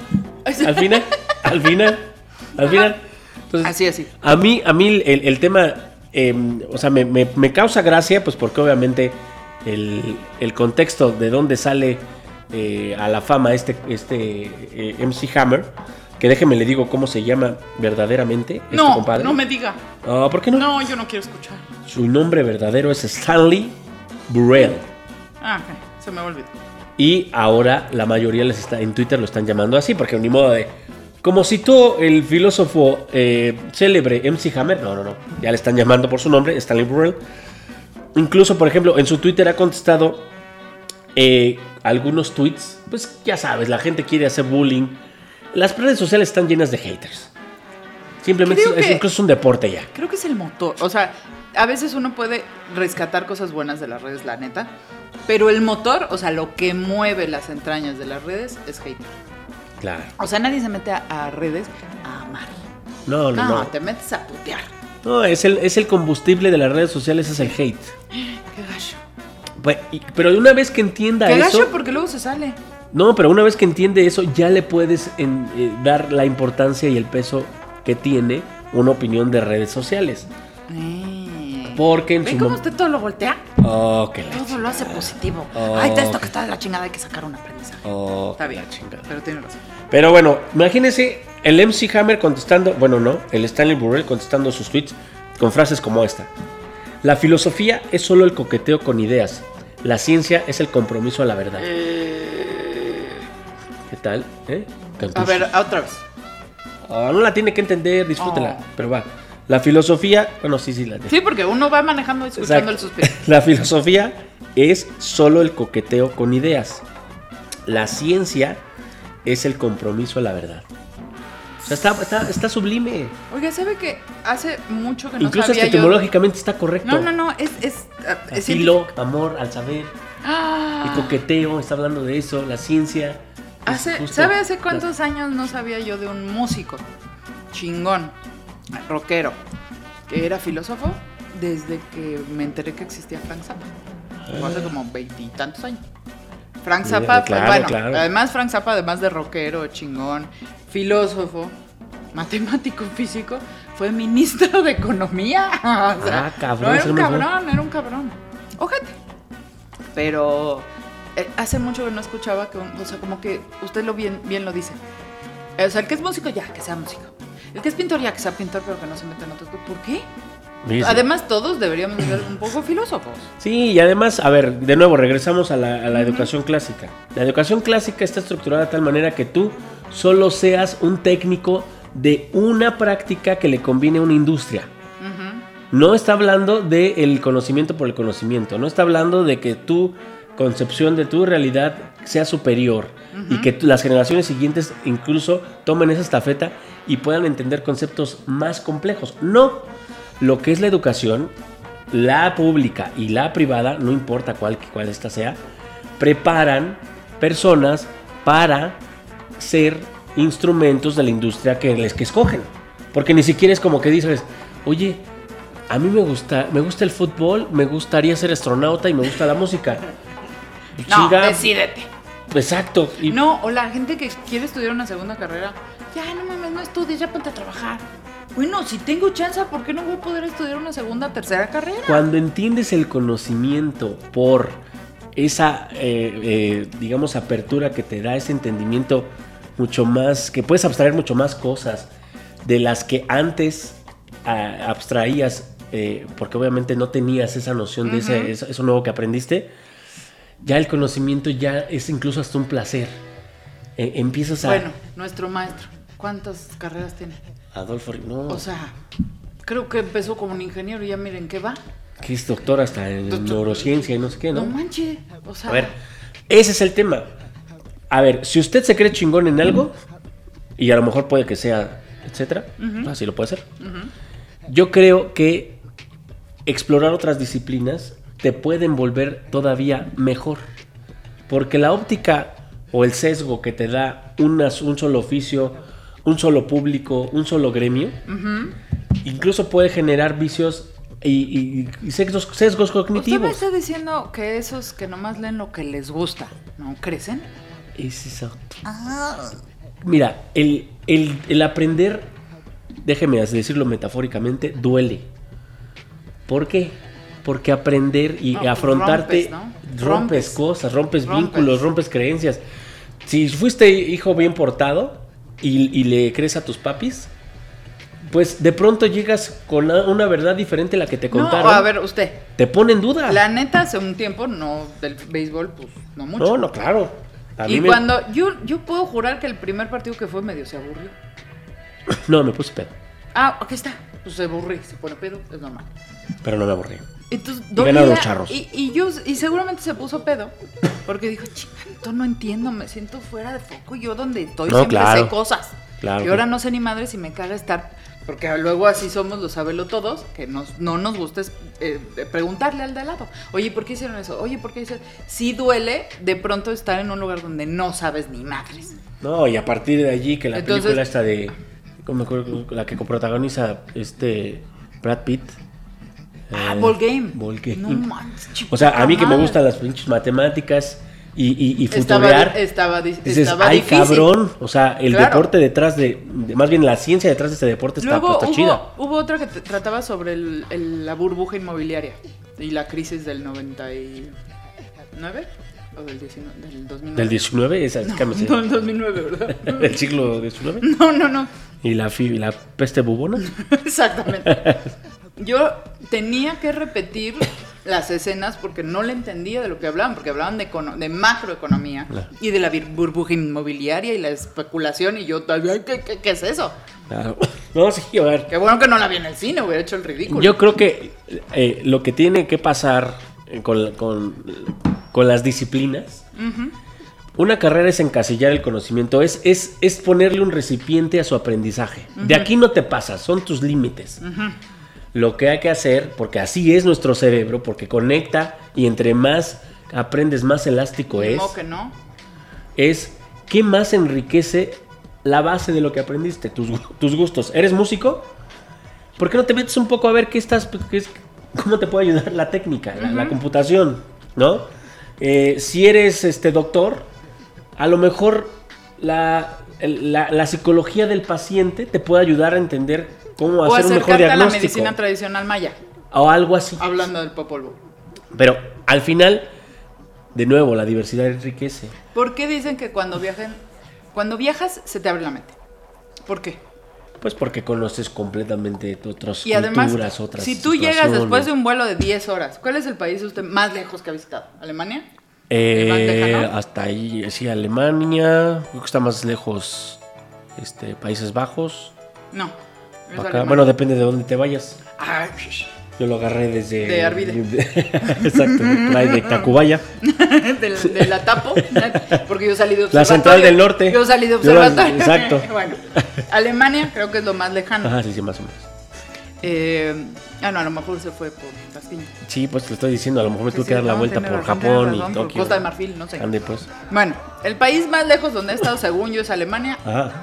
Al final, al final, al final. Entonces, Así, así. A mí, a mí el, el tema, eh, o sea, me, me- me causa gracia, pues porque obviamente el, el contexto de dónde sale eh, a la fama este, este eh, M C Hammer, que déjeme le digo cómo se llama verdaderamente este No, compadre. no me diga. Ah, ¿por qué no? No, yo no quiero escuchar. Su nombre verdadero es Stanley Burrell. Ah, ok. Se me olvidó. Y ahora la mayoría les está, en Twitter lo están llamando así, porque ni modo de... Como citó el filósofo eh, célebre M C Hammer, no, no, no, ya le están llamando por su nombre, Stanley Burrell. Incluso, por ejemplo, en su Twitter ha contestado eh, algunos tweets, pues ya sabes, la gente quiere hacer bullying. Las redes sociales están llenas de haters. Simplemente Creo es, que- incluso un deporte ya. Creo que es el motor. O sea, a veces uno puede rescatar cosas buenas de las redes, la neta. Pero el motor, o sea, lo que mueve las entrañas de las redes es hate. Claro. O sea, nadie se mete a, a redes a amar. No, no, No, no. te metes a putear. No, es el, es el combustible de las redes sociales, es el hate. Qué gacho. Pues, y- pero una vez que entienda Que eso... gacho porque luego se sale. No, pero una vez que entiende eso, ya le puedes en- eh, dar la importancia y el peso que tiene una opinión de redes sociales. Eh. Porque en ¿Ve su cómo mom- usted todo lo voltea? Oh, que la Todo lo hace positivo. Oh. Ay, de esto que está de la chingada hay que sacar un aprendizaje. Oh, Está bien, la chingada. pero tiene razón. Pero bueno, imagínense el M C Hammer contestando, bueno, no, el Stanley Burrell contestando sus tweets con frases como esta. La filosofía es solo el coqueteo con ideas. La ciencia es el compromiso a la verdad. ¿Qué tal? ¿Eh? A ver, otra vez. Oh, no la tiene que entender, disfrútela. Oh. Pero va. La filosofía, bueno, sí, sí la Sí, porque uno va manejando y escuchando Exacto. el suspiro. La filosofía es solo el coqueteo con ideas. La ciencia es el compromiso a la verdad. O sea, está, está, está sublime. Oiga, ¿sabe que hace mucho que no Incluso sabía hasta yo? etimológicamente está correcto. No, no, no, es... es, A es filo, amor, al saber, Ah. el coqueteo, está hablando de eso, la ciencia. es Hace, justo ¿Sabe hace la- cuántos años no sabía yo de un músico chingón, rockero, que era filósofo? Desde que me enteré que existía Frank Zappa. Fue hace como veintitantos años. Frank Mira, Zappa, claro, bueno, claro. además Frank Zappa, además de rockero, chingón, filósofo, matemático, físico, fue ministro de Economía. O sea, Ah, cabrón, no era ese un no me cabrón, era un cabrón. Ojete. Pero eh, hace mucho que no escuchaba que, un- o sea, como que usted lo bien, bien lo dice. Eh, O sea, el que es músico ya, que sea músico. El que es pintor ya, que sea pintor, pero que no se meta en otros. ¿Por qué? Sí, sí. Además, todos deberíamos ser un poco filósofos. Sí, y además, a ver, de nuevo, regresamos a la, a la educación clásica. La educación clásica está estructurada de tal manera que tú solo seas un técnico de una práctica que le conviene a una industria. No está hablando del conocimiento por el conocimiento, no está hablando de que tu concepción de tu realidad sea superior y que tú- las generaciones siguientes incluso tomen esa estafeta y puedan entender conceptos más complejos. No, lo que es la educación, la pública y la privada, no importa cuál, cuál esta sea, preparan personas para ser instrumentos de la industria que les que escogen. Porque ni siquiera es como que dices, oye, a mí me gusta, me gusta el fútbol, me gustaría ser astronauta y me gusta la música. No, Chinga, decídete. exacto. Y No, o la gente que quiere estudiar una segunda carrera, ya no mames, no estudies, ya ponte a trabajar. Bueno, si tengo chance, ¿por qué no voy a poder estudiar una segunda, tercera carrera? cuando entiendes el conocimiento por esa, eh, eh, digamos, apertura que te da ese entendimiento mucho más, que puedes abstraer mucho más cosas de las que antes ah, abstraías, eh, porque obviamente no tenías esa noción de ese, eso, eso nuevo que aprendiste, ya el conocimiento ya es incluso hasta un placer. Eh, empiezas a... Bueno, nuestro maestro, ¿cuántas carreras tiene? Adolfo, no, O sea, creo que empezó como un ingeniero y ya miren qué va. que es doctor hasta en Doctor. neurociencia y no sé qué, No ¿no? manches, o sea... A ver, ese es el tema. A ver, si usted se cree chingón en algo, y a lo mejor puede que sea, etcétera, así lo puede ser. Yo creo que explorar otras disciplinas te pueden volver todavía mejor. Porque la óptica o el sesgo que te da unas- un solo oficio, un solo público, un solo gremio, incluso puede generar vicios y, y- y sesgos, sesgos ¿Usted me cognitivos. está diciendo que esos que nomás leen lo que les gusta, no crecen? Es eso. Mira, el, el- el aprender, déjeme decirlo metafóricamente, duele. ¿Por qué? Porque aprender y No, pues afrontarte, rompes, ¿no? rompes, Rompes. cosas, rompes, Rompes. vínculos, rompes creencias. Si fuiste hijo bien portado y, y le crees a tus papis, pues de pronto llegas con una, una verdad diferente a la que te contaron. No, a ver, usted. Te pone en duda. La neta, hace un tiempo, no del béisbol, pues no mucho. No, no, claro. A mí Y me- cuando yo, yo puedo jurar que el primer partido que fue medio se aburrió. No, me puse pedo. Ah, aquí está. Pues se aburrí, se pone pedo, es normal. Pero no me aburrí. Entonces, Y ganaron los Charros. Y, y yo, y seguramente se puso pedo. Porque dijo, chingado, no entiendo, me siento fuera de foco. Yo donde estoy No, siempre claro. sé cosas. Claro Y ahora no sé ni madres y me caga estar. Porque luego así somos los sabelo todos, que nos, no nos gusta es, eh, preguntarle al de al lado. Oye, ¿por qué hicieron eso? Oye, ¿por qué hicieron? Sí duele de pronto estar en un lugar donde no sabes ni madres. No, y a partir de allí que la Entonces- película esta de... ¿cómo me acuerdo? La que coprotagoniza este Brad Pitt. Ah, Eh, ball game. ball game. No manches, chico, O sea, a mí que me madre. gustan las pinches matemáticas y, y, y Estaba, futurear, estaba, di- dices, estaba ay, difícil. cabrón. O sea, el Claro. deporte detrás de, de- más bien la ciencia detrás de este deporte está, Luego pues, está hubo, chida. hubo otra que te- trataba sobre el- el- la burbuja inmobiliaria y la crisis del noventa y nueve o del, diecinueve, del dos mil nueve. Del diecinueve, esa, No, cámbiate. no, el dos mil nueve, ¿verdad? Del siglo diecinueve. No, no, no. Y la, fi- la peste bubona. Exactamente. Yo tenía que repetir las escenas porque no le entendía de lo que hablaban, porque hablaban de, econo- de macroeconomía Claro. y de la vir- burbuja inmobiliaria y la especulación y yo todavía, ¿qué, qué, qué es eso? Claro. No, sí, a ver. Qué bueno que no la vi en el cine, hubiera hecho el ridículo. Yo creo que eh, lo que tiene que pasar con, con, con las disciplinas, una carrera es encasillar el conocimiento, es, es, es ponerle un recipiente a su aprendizaje. De aquí no te pasas, son tus límites. Lo que hay que hacer, porque así es nuestro cerebro, porque conecta y entre más aprendes, más elástico Ni es, modo que no. es qué más enriquece la base de lo que aprendiste, tus, gu- tus gustos. ¿Eres músico? ¿Por qué no te metes un poco a ver qué estás, qué es, cómo te puede ayudar la técnica, la, la computación, ¿no? Eh, si eres este doctor, a lo mejor la, el- la, la psicología del paciente te puede ayudar a entender cómo O hacer un mejor acercarte a la diagnóstico medicina tradicional maya, o algo así. hablando del Popol Vuh. Pero al final, de nuevo, la diversidad enriquece. ¿Por qué dicen que cuando viajan, cuando viajas se te abre la mente? ¿Por qué? Pues porque conoces completamente otras Y además, culturas, otras si tú llegas situaciones. después de un vuelo de diez horas, ¿cuál es el país usted más lejos que ha visitado? ¿Alemania? Eh, ¿El más lejano? hasta ahí, sí, Alemania, creo que está más lejos, este, Países Bajos. No. es Acá. Alemania. Bueno, depende de dónde te vayas. Ay, Yo lo agarré desde... De Arvide. Exacto, por ahí de Tacubaya. de, de la Tapo, porque yo salí de La observatorio. Central del Norte. Yo salí de Yo la- observatorio. exacto. Bueno, Alemania creo que es lo más lejano. Ajá, sí, sí, más o menos. Eh, ah, no, a lo mejor se fue por Tasqueña. Sí, pues te estoy diciendo, a lo mejor me Sí, tuve sí, que dar la no, vuelta tiene por razón, Japón tiene y razón, por Tokio. Costa de Marfil, no sé. Ande, pues. Bueno, el país más lejos donde he estado, según yo, es Alemania. Ajá.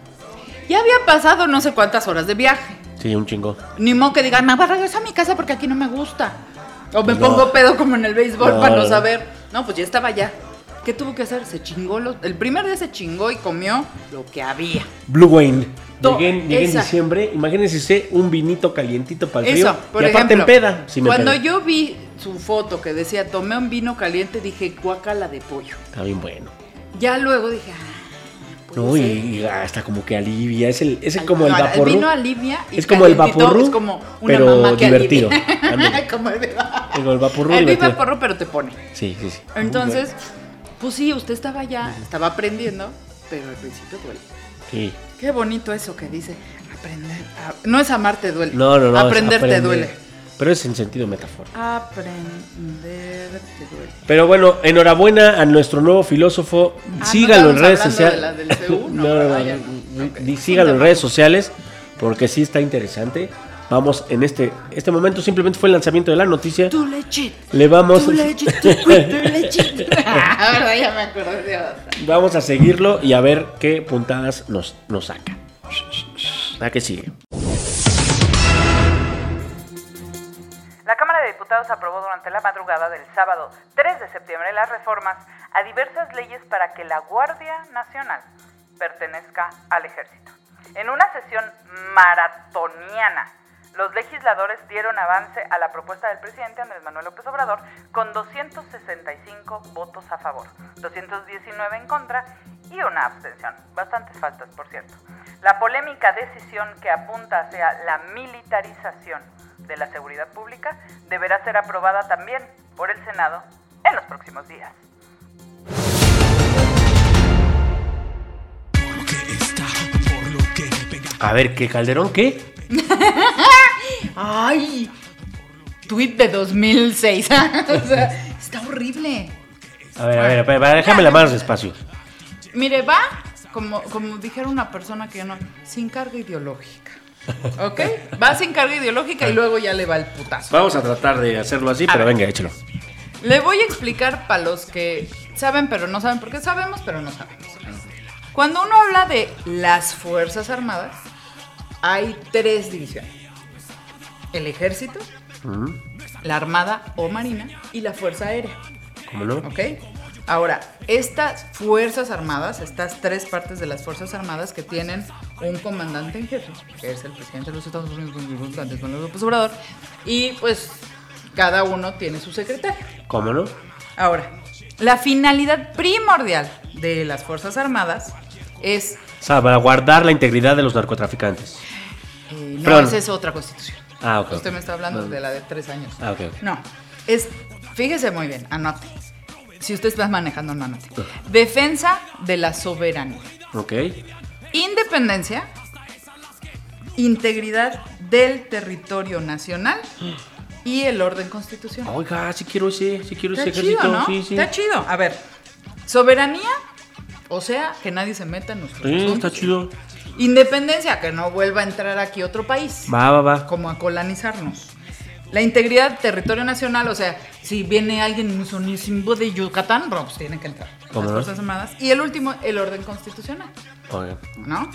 Ya había pasado no sé cuántas horas de viaje. Sí, un chingo. Ni modo que digan, me voy a regresar a mi casa porque aquí no me gusta. O me No. pongo pedo como en el béisbol No, para no no. saber. No, pues ya estaba allá. ¿Qué tuvo que hacer? Se chingó. Los... El primer día se chingó y comió lo que había. Blue Wayne. To- Llegué, en- llegué en esa. diciembre. Imagínense usted un vinito calientito para el frío. Eso, por y aparte ejemplo. en peda. Sí me cuando pedé. yo vi su foto que decía, tomé un vino caliente, dije, guacala de pollo. Está bien bueno. Ya luego dije, ah, puede No, ser. y, y hasta como que alivia. Es el, es el como el No, vaporru. vino alivia y Es como el calientito vaporru, es como una pero mamá que divertido. alivia. Ándale. como el, Como el vaporru el divertido. vaporru, pero te pone. Sí, sí, sí. Entonces, pues sí, usted estaba allá, estaba aprendiendo, pero al principio duele. Sí. Qué bonito eso que dice, aprender. a- No es amar te duele. No, no, no. es Aprender te aprender. duele. Pero es en sentido metafórico. Aprender te duele. Pero bueno, enhorabuena a nuestro nuevo filósofo. Ah, Síganlo ¿no en redes estábamos sociales. hablando de la del C U? No, No, no, ¿verdad? no, Ya no. no. Ok. Di- Síganlo en redes sociales porque sí está interesante. Vamos, en este, este momento simplemente fue el lanzamiento de la noticia. Tu legit. Le vamos, Tu legit, tu quit, tu legit. Ah, verdad, ya me acordé de otra. vamos a seguirlo y a ver qué puntadas nos, nos saca. ¿A qué sigue? La Cámara de Diputados aprobó durante la madrugada del sábado tres de septiembre las reformas a diversas leyes para que la Guardia Nacional pertenezca al Ejército. En una sesión maratoniana, los legisladores dieron avance a la propuesta del presidente Andrés Manuel López Obrador con doscientos sesenta y cinco votos a favor, doscientos diecinueve en contra y una abstención. Bastantes faltas, por cierto. La polémica decisión que apunta hacia la militarización de la seguridad pública deberá ser aprobada también por el Senado en los próximos días. A ver, ¿qué Calderón qué? Ay, tweet de dos mil seis. O sea, está horrible. A ver, a ver, a ver, a ver, déjamela más despacio. Mire, va, como, como dijera una persona que no, sin carga ideológica. ¿Ok? Va sin carga ideológica y luego ya le va el putazo. Vamos a tratar de hacerlo así, A pero ver. venga, échalo. Le voy a explicar para los que saben pero no saben, porque sabemos pero no sabemos. Cuando uno habla de las Fuerzas Armadas, hay tres divisiones. El Ejército, Ujú. la Armada o Marina y la Fuerza Aérea. ¿Cómo no? ¿Ok? Ahora, estas Fuerzas Armadas, estas tres partes de las Fuerzas Armadas que tienen un comandante en jefe, que es el presidente de los Estados Unidos, Andrés Manuel López Obrador, y pues cada uno tiene su secretario. ¿Cómo no? Ahora, la finalidad primordial de las Fuerzas Armadas es... O sea, para guardar la integridad de los narcotraficantes. eh, no, Perdón. esa es otra constitución. Ah, ok. Usted me está hablando No. de la de tres años. Ah, ok, ok. No, es... Fíjese muy bien, anote. Si usted está manejando, no anote. Defensa de la soberanía. Ok. Independencia, integridad del territorio nacional y el orden constitucional. Oiga, sí quiero ese, sí quiero ese Está ejército. chido, ¿no? Sí, sí. Está chido. A ver, soberanía, o sea, que nadie se meta en nuestros Sí, asuntos. está chido. Independencia, que no vuelva a entrar aquí otro país, Va, va, va. como a colonizarnos. La integridad del territorio nacional, o sea, si viene alguien musonísimo de Yucatán, bueno, pues tienen que entrar ¿Cómo las no? Fuerzas Armadas. Y el último, el orden constitucional, Oiga. ¿no?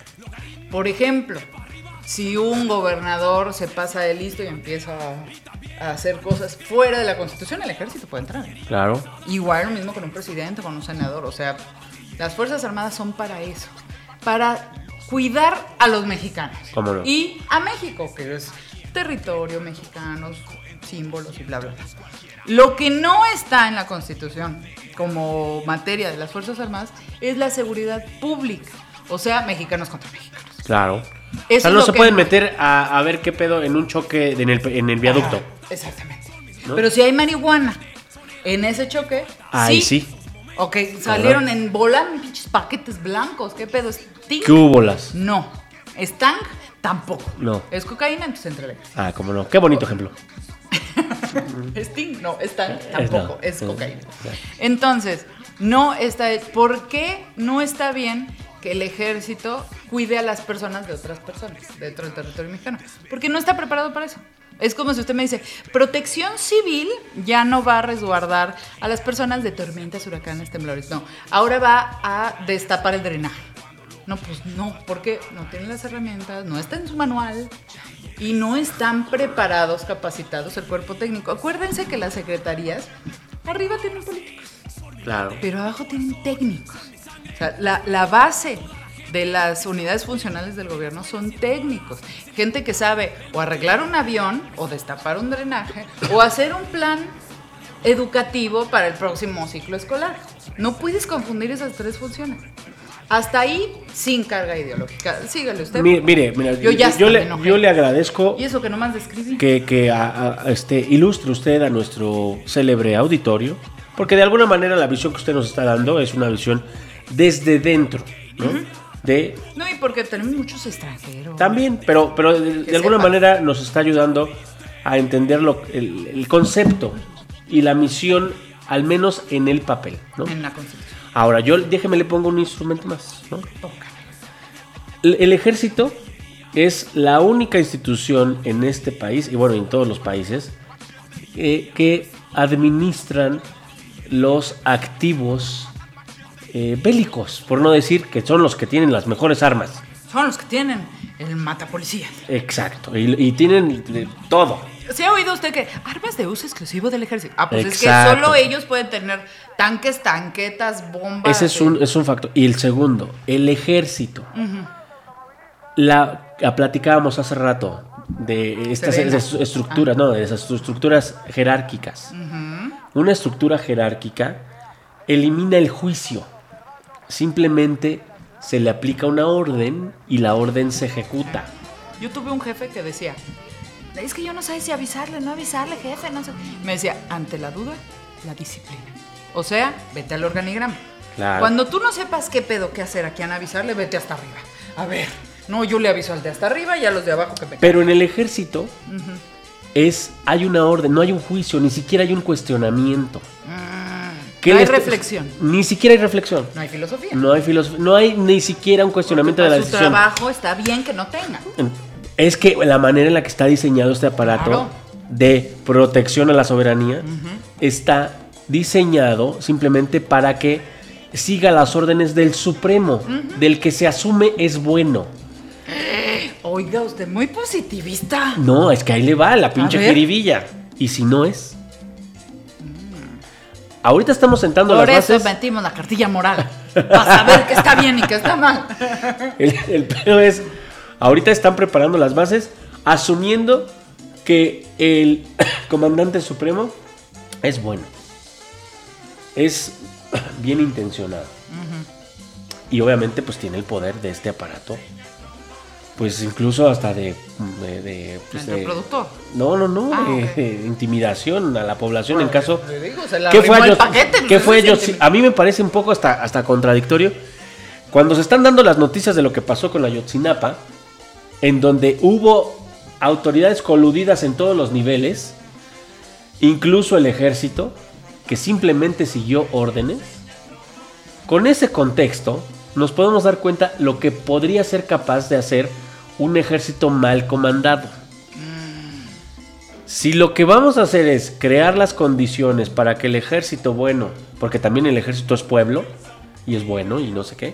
Por ejemplo, si un gobernador se pasa de listo y empieza a, a hacer cosas fuera de la Constitución, el ejército puede entrar. Claro. Igual lo mismo con un presidente, con un senador. O sea, las Fuerzas Armadas son para eso, para cuidar a los mexicanos. ¿Cómo no? Y a México, que es territorio mexicano, símbolos y bla, bla, bla. Lo que no está en la Constitución como materia de las Fuerzas Armadas es la seguridad pública. O sea, mexicanos contra mexicanos. Claro. Eso o sea, es no lo se que pueden no- meter a, a ver qué pedo en un choque de- en el, en el viaducto. Ah, exactamente. ¿No? Pero si hay marihuana en ese choque, Ahí sí. Ok, salieron en volan pinches paquetes blancos. ¿Qué pedo? ¿Sting? ¿Qué hubo las? No. ¿Stang? Tampoco. No. ¿Es cocaína? Entonces entre Ah, cómo no. Qué bonito ejemplo. Sting, no, Stang Es tampoco, no. es Es- cocaína. ya. Entonces, no está. ¿Por qué no está bien que el ejército cuide a las personas de otras personas dentro del territorio mexicano? Porque no está preparado para eso. Es como si usted me dice, protección civil ya no va a resguardar a las personas de tormentas, huracanes, temblores. No, ahora va a destapar el drenaje. No, pues no, porque no tienen las herramientas, no está en su manual y no están preparados, capacitados el cuerpo técnico. Acuérdense que las secretarías arriba tienen políticos, Claro. pero abajo tienen técnicos. O sea, la, la base de las unidades funcionales del gobierno son técnicos. Gente que sabe o arreglar un avión, o destapar un drenaje, o hacer un plan educativo para el próximo ciclo escolar. No puedes confundir esas tres funciones. Hasta ahí, sin carga ideológica. Sígale usted. Mi- Mire, mira, Yo ya yo, hasta me le, enojé. yo le agradezco Y eso que nomás describí. que, que a- a- este, ilustre usted a nuestro célebre auditorio, porque de alguna manera la visión que usted nos está dando es una visión desde dentro, ¿no? De No, y porque tenemos muchos extranjeros. también, pero, pero de, Que de alguna sepan. manera nos está ayudando a entender lo- el, el concepto y la misión, al menos en el papel, ¿no? En la Constitución. Ahora, yo déjeme le pongo un instrumento más, ¿no? El, el ejército es la única institución en este país, y bueno, en todos los países, eh, que administran los activos eh, bélicos, por no decir que son los que tienen las mejores armas. Son los que tienen el matapolicía. Exacto, y, y tienen de todo. ¿Se ha oído usted que armas de uso exclusivo del ejército? Ah, pues Exacto. es que solo ellos pueden tener tanques, tanquetas, bombas. Ese es eh, un, es un factor. Y el segundo, el ejército. La, la platicábamos hace rato de estas Serena. esas estructuras, no, de esas estructuras jerárquicas. Una estructura jerárquica elimina el juicio. Simplemente se le aplica una orden y la orden se ejecuta. Yo tuve un jefe que decía, es que yo no sé si avisarle, no avisarle, jefe, no sé. Me decía, ante la duda, la disciplina. O sea, vete al organigrama. Claro. Cuando tú no sepas qué pedo, qué hacer, a quién avisarle, vete hasta arriba. A ver, no, yo le aviso al de hasta arriba y a los de abajo que me... Pero en el ejército es, hay una orden, no hay un juicio, ni siquiera hay un cuestionamiento. ¿Qué No hay les- reflexión, Ni siquiera hay reflexión. no hay filosofía. No hay filosofía, no hay ni siquiera un cuestionamiento de la Su decisión. trabajo está bien que no tenga. Es que la manera en la que está diseñado este aparato Claro. de protección a la soberanía está diseñado simplemente para que siga las órdenes del Supremo, del que se asume es bueno. Oiga, usted muy positivista. No, es que ahí le va la pinche ver. jiribilla. ¿Y si no es? Ahorita estamos sentando Por las eso bases. metimos la cartilla moral. Para saber qué está bien y qué está mal. El, el pedo es, ahorita están preparando las bases asumiendo que el comandante supremo es bueno. Es bien intencionado. Uh-huh. Y obviamente pues tiene el poder de este aparato. Pues incluso hasta de... de, de, pues, ¿El de productor? No, no, no. Ah, de, ok. de intimidación a la población en caso... Le digo, se la ¿Qué fue arrimó el ellos? paquete, ¿Qué pues, fue eso ellos? sí Sí, intimi- a mí me parece un poco hasta, hasta contradictorio. Cuando se están dando las noticias de lo que pasó con la Ayotzinapa, en donde hubo autoridades coludidas en todos los niveles, incluso el ejército, que simplemente siguió órdenes, con ese contexto nos podemos dar cuenta lo que podría ser capaz de hacer un ejército mal comandado. Si lo que vamos a hacer es crear las condiciones para que el ejército bueno, porque también el ejército es pueblo y es bueno y no sé qué,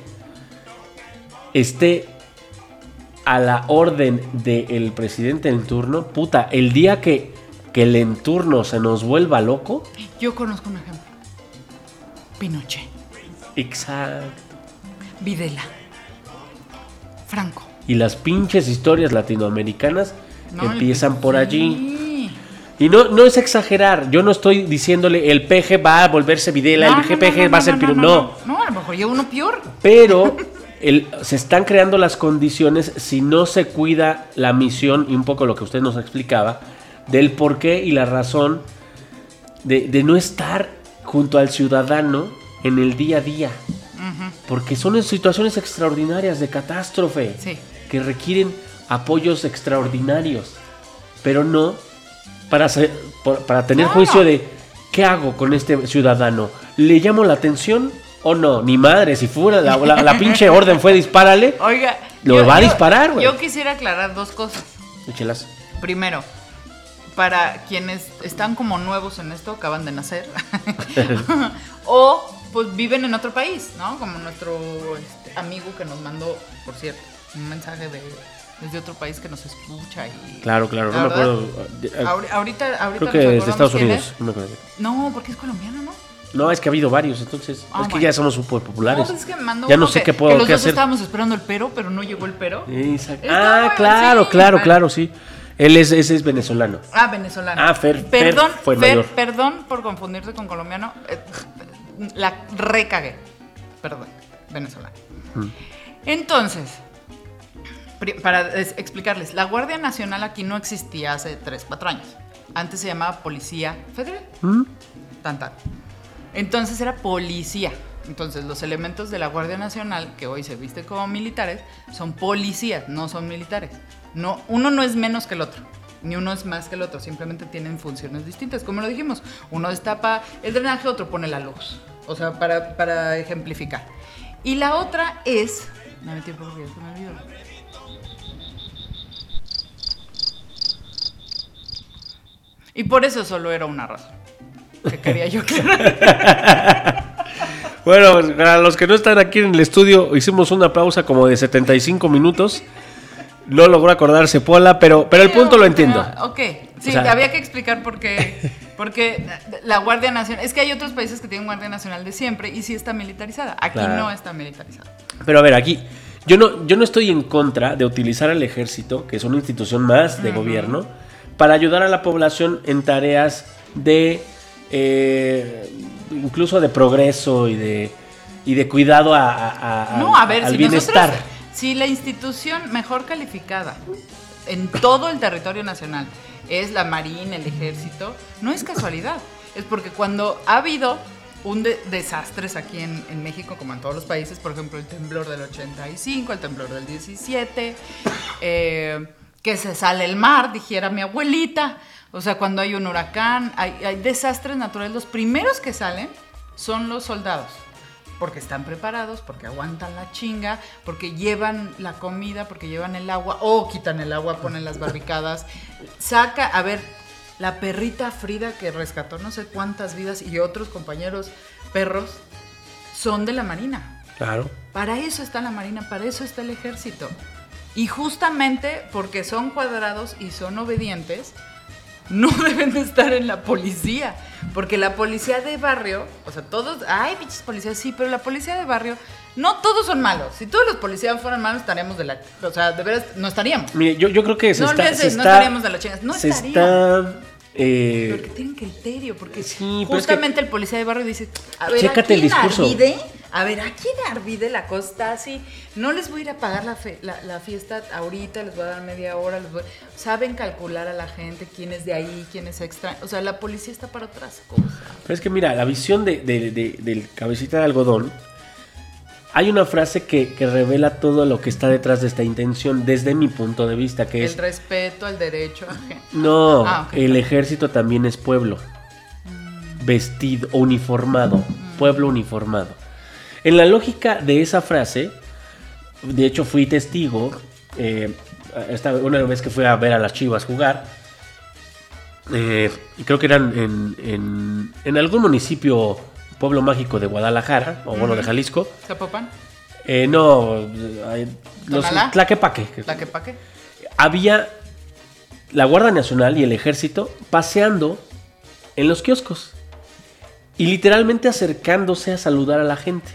esté a la orden del presidente en turno, puta, el día que, que el en turno se nos vuelva loco. Yo conozco un ejemplo. Pinochet, Exacto. Videla, Franco. Y las pinches historias latinoamericanas No, empiezan el- por sí. allí. Y no, no es exagerar, yo no estoy diciéndole el P G va a volverse Videla, No, el no, G P G no, no, va a ser no, Pino. no, No, no, no, a lo mejor lleva uno peor. pero el, se están creando las condiciones si no se cuida la misión y un poco lo que usted nos explicaba del por qué y la razón de, de no estar junto al ciudadano en el día a día. Ujú. Porque son situaciones extraordinarias de catástrofe Sí. que requieren apoyos extraordinarios, pero no para, ser- por- para tener No. juicio de ¿qué hago con este ciudadano? ¿Le llamo la atención o no? Ni madre, si fuera la, la- la pinche orden fue dispárale, Oiga. Lo va a disparar, güey. Yo quisiera aclarar dos cosas. échelas. Primero, para quienes están como nuevos en esto, acaban de nacer, o pues viven en otro país, ¿no? Como nuestro este, amigo que nos mandó, por cierto, un mensaje de, desde otro país que nos escucha y... Claro, claro, no La me verdad, acuerdo. eh, Ahori- Ahorita, ahorita Creo que nos es de acordamos Estados quién Unidos. es. No, me acuerdo. No, porque es colombiano, ¿no? No, es que ha habido varios, entonces. Ah, es que bueno. ya somos súper populares. No, pues es que me mandó ya uno no sé que- qué puedo que los qué dos hacer. estábamos esperando el pero, pero no llegó el pero. Exacto. Está Ah, bueno, claro, sí, claro, vale. claro, sí. Él es, ese es venezolano. Ah, venezolano. Ah, Fer- Fer perdón, fue Fer, mayor. perdón por confundirte con colombiano. eh, la recagué. Perdón, venezolano. Mm. Entonces, pri- para es- explicarles, la Guardia Nacional aquí no existía hace tres, cuatro años. Antes se llamaba Policía Federal. ¿Mm? Tan, tan. Entonces era policía. Entonces los elementos de la Guardia Nacional, que hoy se visten como militares, son policías, no son militares. No, uno no es menos que el otro, ni uno es más que el otro, simplemente tienen funciones distintas. Como lo dijimos, uno destapa el drenaje, otro pone la luz. O sea, para, para ejemplificar. Y la otra es... No me tiempo porque ya se me olvidó. Y por eso solo era una razón que quería yo aclarar. Bueno, pues, para los que no están aquí en el estudio, hicimos una pausa como de setenta y cinco minutos. No logró acordarse Pola, pero, pero el punto lo entiendo. Ah, ok, sí, O sea- había que explicar por qué, porque la Guardia Nacional, es que hay otros países que tienen Guardia Nacional de siempre y sí está militarizada, aquí Claro. no está militarizada. Pero a ver, aquí, yo no, yo no estoy en contra de utilizar al ejército, que es una institución más de gobierno, para ayudar a la población en tareas de, eh, incluso de progreso y de, y de cuidado a, a- a- No, a ver, al si bienestar. nosotros, si la institución mejor calificada en todo el territorio nacional es la Marina, el Ejército, no es casualidad. Es porque cuando ha habido un de- desastres aquí en, en México, como en todos los países, por ejemplo, el temblor del ochenta y cinco, el temblor del diecisiete, eh, que se sale el mar, dijera mi abuelita. O sea, cuando hay un huracán, hay, hay desastres naturales, los primeros que salen son los soldados. Porque están preparados, porque aguantan la chinga, porque llevan la comida, porque llevan el agua, o quitan el agua, ponen las barricadas. Saca, a ver, la perrita Frida que rescató no sé cuántas vidas y otros compañeros perros son de la Marina. Claro. Para eso está la Marina, para eso está el Ejército. Y justamente porque son cuadrados y son obedientes, no deben de estar en la policía. Porque la policía de barrio, o sea, todos, ay, pinches policías, sí, pero la policía de barrio, no todos son malos. Si todos los policías fueran malos, estaríamos de la, o sea, de veras, no estaríamos. Mire, yo, yo creo que se No, está, olvídese, se no está- estaríamos de la chingada. No se estaríamos. está... eh, Porque tienen criterio, porque Sí, pero es justamente el policía de barrio dice, a ver, Chécate aquí el discurso. en Arvide, a ver, aquí en Arvide la cosa está así, no les voy a ir a pagar la, fe- la, la fiesta ahorita, les voy a dar media hora, les voy- saben calcular a la gente, quién es de ahí, quién es extra, o sea, la policía está para otras cosas. Pero es que mira, la visión de, de- de- del cabecita de algodón, hay una frase que, que revela todo lo que está detrás de esta intención desde mi punto de vista, que El es, respeto al derecho ajeno. no, Ah, ok. el ejército también es pueblo, vestido, uniformado, pueblo uniformado. En la lógica de esa frase, de hecho fui testigo, eh, esta, una vez que fui a ver a las Chivas jugar, eh, y creo que eran en, en, en algún municipio, pueblo mágico de Guadalajara, o bueno, de Jalisco. ¿Zapopan? Eh, no, eh, los ¿Tonalá? Tlaquepaque. ¿La que pa' qué? Había la Guardia Nacional y el Ejército paseando en los kioscos y literalmente acercándose a saludar a la gente.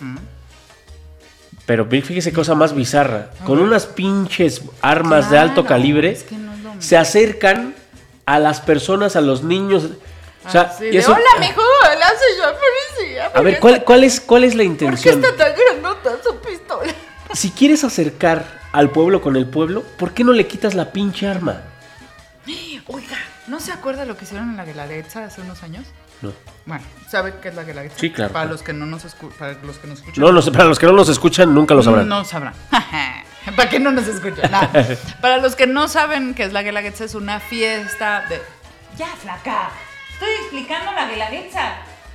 Pero fíjese cosa más bizarra, con unas pinches armas de alto Claro, calibre, es que no es lo mismo. se acercan a las personas, a los niños. O sea, Así y de, eso- hola, mijo, hola, soy yo, policía. a ¿por ver, qué ¿cuál, está- cuál es, ¿cuál es la ¿Por qué intención? está tan grandota su pistola? Si quieres acercar al pueblo con el pueblo, ¿por qué no le quitas la pinche arma? Oiga, ¿no se acuerda lo que hicieron en la Guelaguetza hace unos años? No. Bueno, ¿sabe qué es la Guelaguetza? Sí, claro. Para los que no nos escu- para los que nos escuchan. No, no sé, para los que no nos escuchan, nunca lo sabrán. No sabrán. ¿Para qué no nos escuchan? Nada. Para los que no saben qué es la Guelaguetza, es una fiesta de... Ya, flaca. Estoy explicando la Guelaguetza.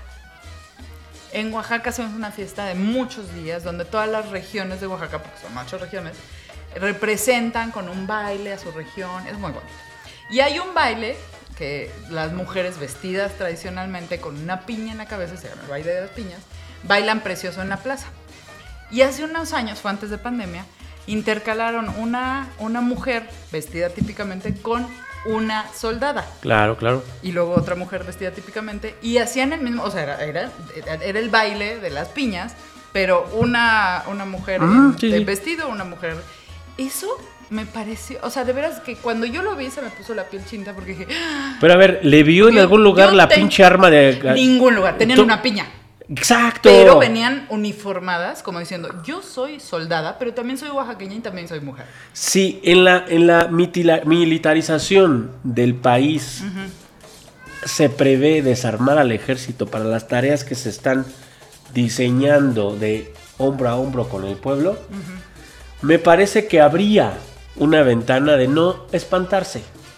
En Oaxaca hacemos una fiesta de muchos días donde todas las regiones de Oaxaca, porque son ocho regiones, representan con un baile a su región. Es muy bonito. Y hay un baile que las mujeres vestidas tradicionalmente con una piña en la cabeza, se llama el baile de las piñas, bailan precioso en la plaza. Y hace unos años, fue antes de pandemia, intercalaron una, una mujer vestida típicamente con una soldada. Claro, claro. Y luego otra mujer vestida típicamente. Y hacían el mismo, o sea, era, era, era el baile de las piñas, pero una, una mujer Ah, en- sí, de sí. vestido, una mujer... Eso me pareció, o sea, de veras que cuando yo lo vi se me puso la piel chinta porque dije, ¡ah! Pero a ver, ¿le vio en Yo- algún lugar yo la ten- pinche arma de... ningún lugar, tenían Tú- una piña. Exacto. Pero venían uniformadas, como diciendo, yo soy soldada, pero también soy oaxaqueña y también soy mujer. Sí, en la, en la mitila- militarización del país se prevé desarmar al ejército para las tareas que se están diseñando de hombro a hombro con el pueblo. Me parece que habría una ventana de no espantarse.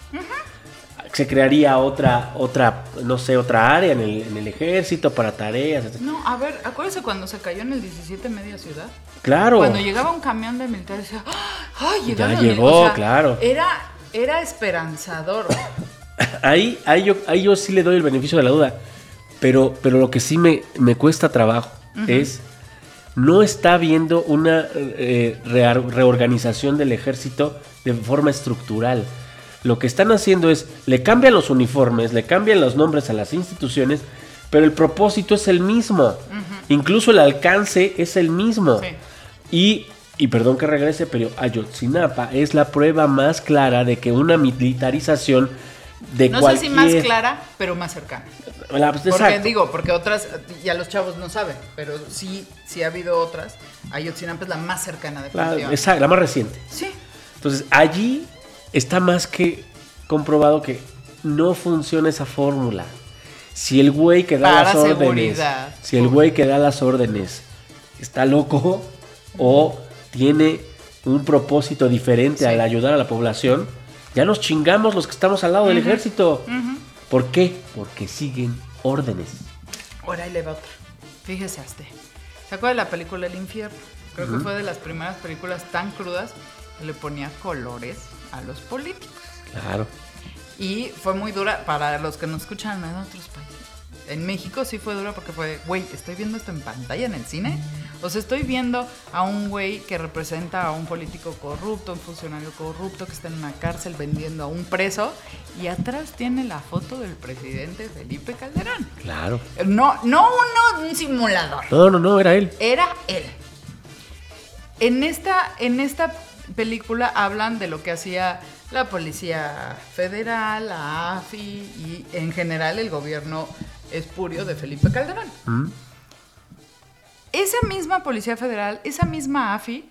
Se crearía otra, otra, no sé, otra área en el, en el ejército para tareas, etcétera. No, a ver, acuérdese cuando se cayó en el diecisiete media ciudad. Claro. Cuando llegaba un camión de militares, decía, ¡ay, llegaron los llegó, militares! claro. Era, era esperanzador. Ahí, ahí, yo, ahí yo sí le doy el beneficio de la duda. Pero, pero lo que sí me, me cuesta trabajo es... No está habiendo una eh, rea- reorganización del ejército de forma estructural. Lo que están haciendo es, le cambian los uniformes, le cambian los nombres a las instituciones, pero el propósito es el mismo. Incluso el alcance es el mismo. Sí. Y, y perdón que regrese, pero Ayotzinapa es la prueba más clara de que una militarización de No cualquier... sé si más clara, pero más cercana. La- pues, Porque exacto. digo, porque otras, ya los chavos no saben, pero sí, sí ha habido otras. Ayotzinapa es la más cercana de La, exacto, la más reciente. Sí. Entonces, allí está más que comprobado que no funciona esa fórmula. Si el güey que da Para las órdenes, seguridad. si el güey que da las órdenes está loco o tiene un propósito diferente Sí. al ayudar a la población, ya nos chingamos los que estamos al lado del ejército. ¿Por qué? Porque siguen órdenes. Ahora ahí le va otra. Fíjese este. ¿Se acuerda de la película El Infierno? Creo que fue de las primeras películas tan crudas que le ponía colores a los políticos. Claro. Y fue muy dura para los que nos escuchan en otros países. En México sí fue dura porque fue, güey, estoy viendo esto en pantalla en el cine. O sea, estoy viendo a un güey que representa a un político corrupto, un funcionario corrupto que está en una cárcel vendiendo a un preso y atrás tiene la foto del presidente Felipe Calderón. Claro. No, no uno, un simulador. No, no, no, era él. Era él. En esta, en esta película hablan de lo que hacía la Policía Federal, la A F I y en general el gobierno espurio de Felipe Calderón. ¿Mm? Esa misma Policía Federal, esa misma A F I,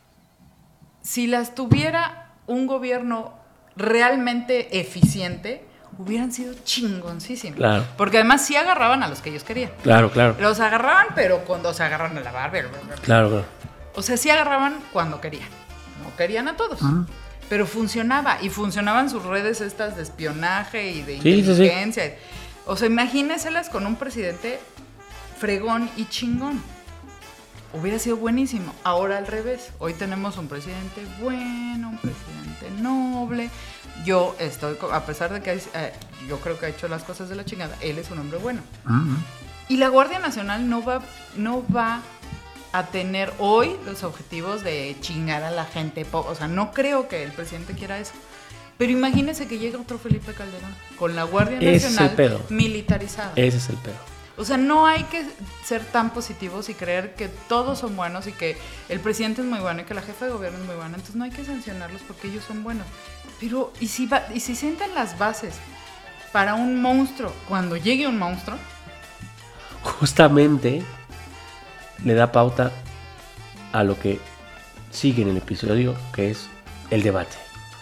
si las tuviera un gobierno realmente eficiente, hubieran sido chingoncísimos. Claro. Porque además sí agarraban a los que ellos querían. Claro, claro. Los agarraban, pero cuando se agarran a la barba. Claro, claro. O sea, sí agarraban cuando querían. No querían a todos. Uh-huh. Pero funcionaba. Y funcionaban sus redes estas de espionaje y de sí, inteligencia. Sí, sí. O sea, imagínenselas con un presidente fregón y chingón. Hubiera sido buenísimo. Ahora al revés. Hoy tenemos un presidente bueno, un presidente noble. Yo estoy, a pesar de que hay, eh, yo creo que ha hecho las cosas de la chingada, él es un hombre bueno. Uh-huh. Y la Guardia Nacional no va, no va a tener hoy los objetivos de chingar a la gente. O sea, no creo que el presidente quiera eso. Pero imagínese que llega otro Felipe Calderón con la Guardia Ese Nacional es el pedo. militarizada. Ese es el pedo. O sea, no hay que ser tan positivos y creer que todos son buenos y que el presidente es muy bueno y que la jefa de gobierno es muy buena. Entonces no hay que sancionarlos porque ellos son buenos. Pero, ¿y si, va, y si sientan las bases para un monstruo cuando llegue un monstruo? Justamente le da pauta a lo que sigue en el episodio, que es el debate.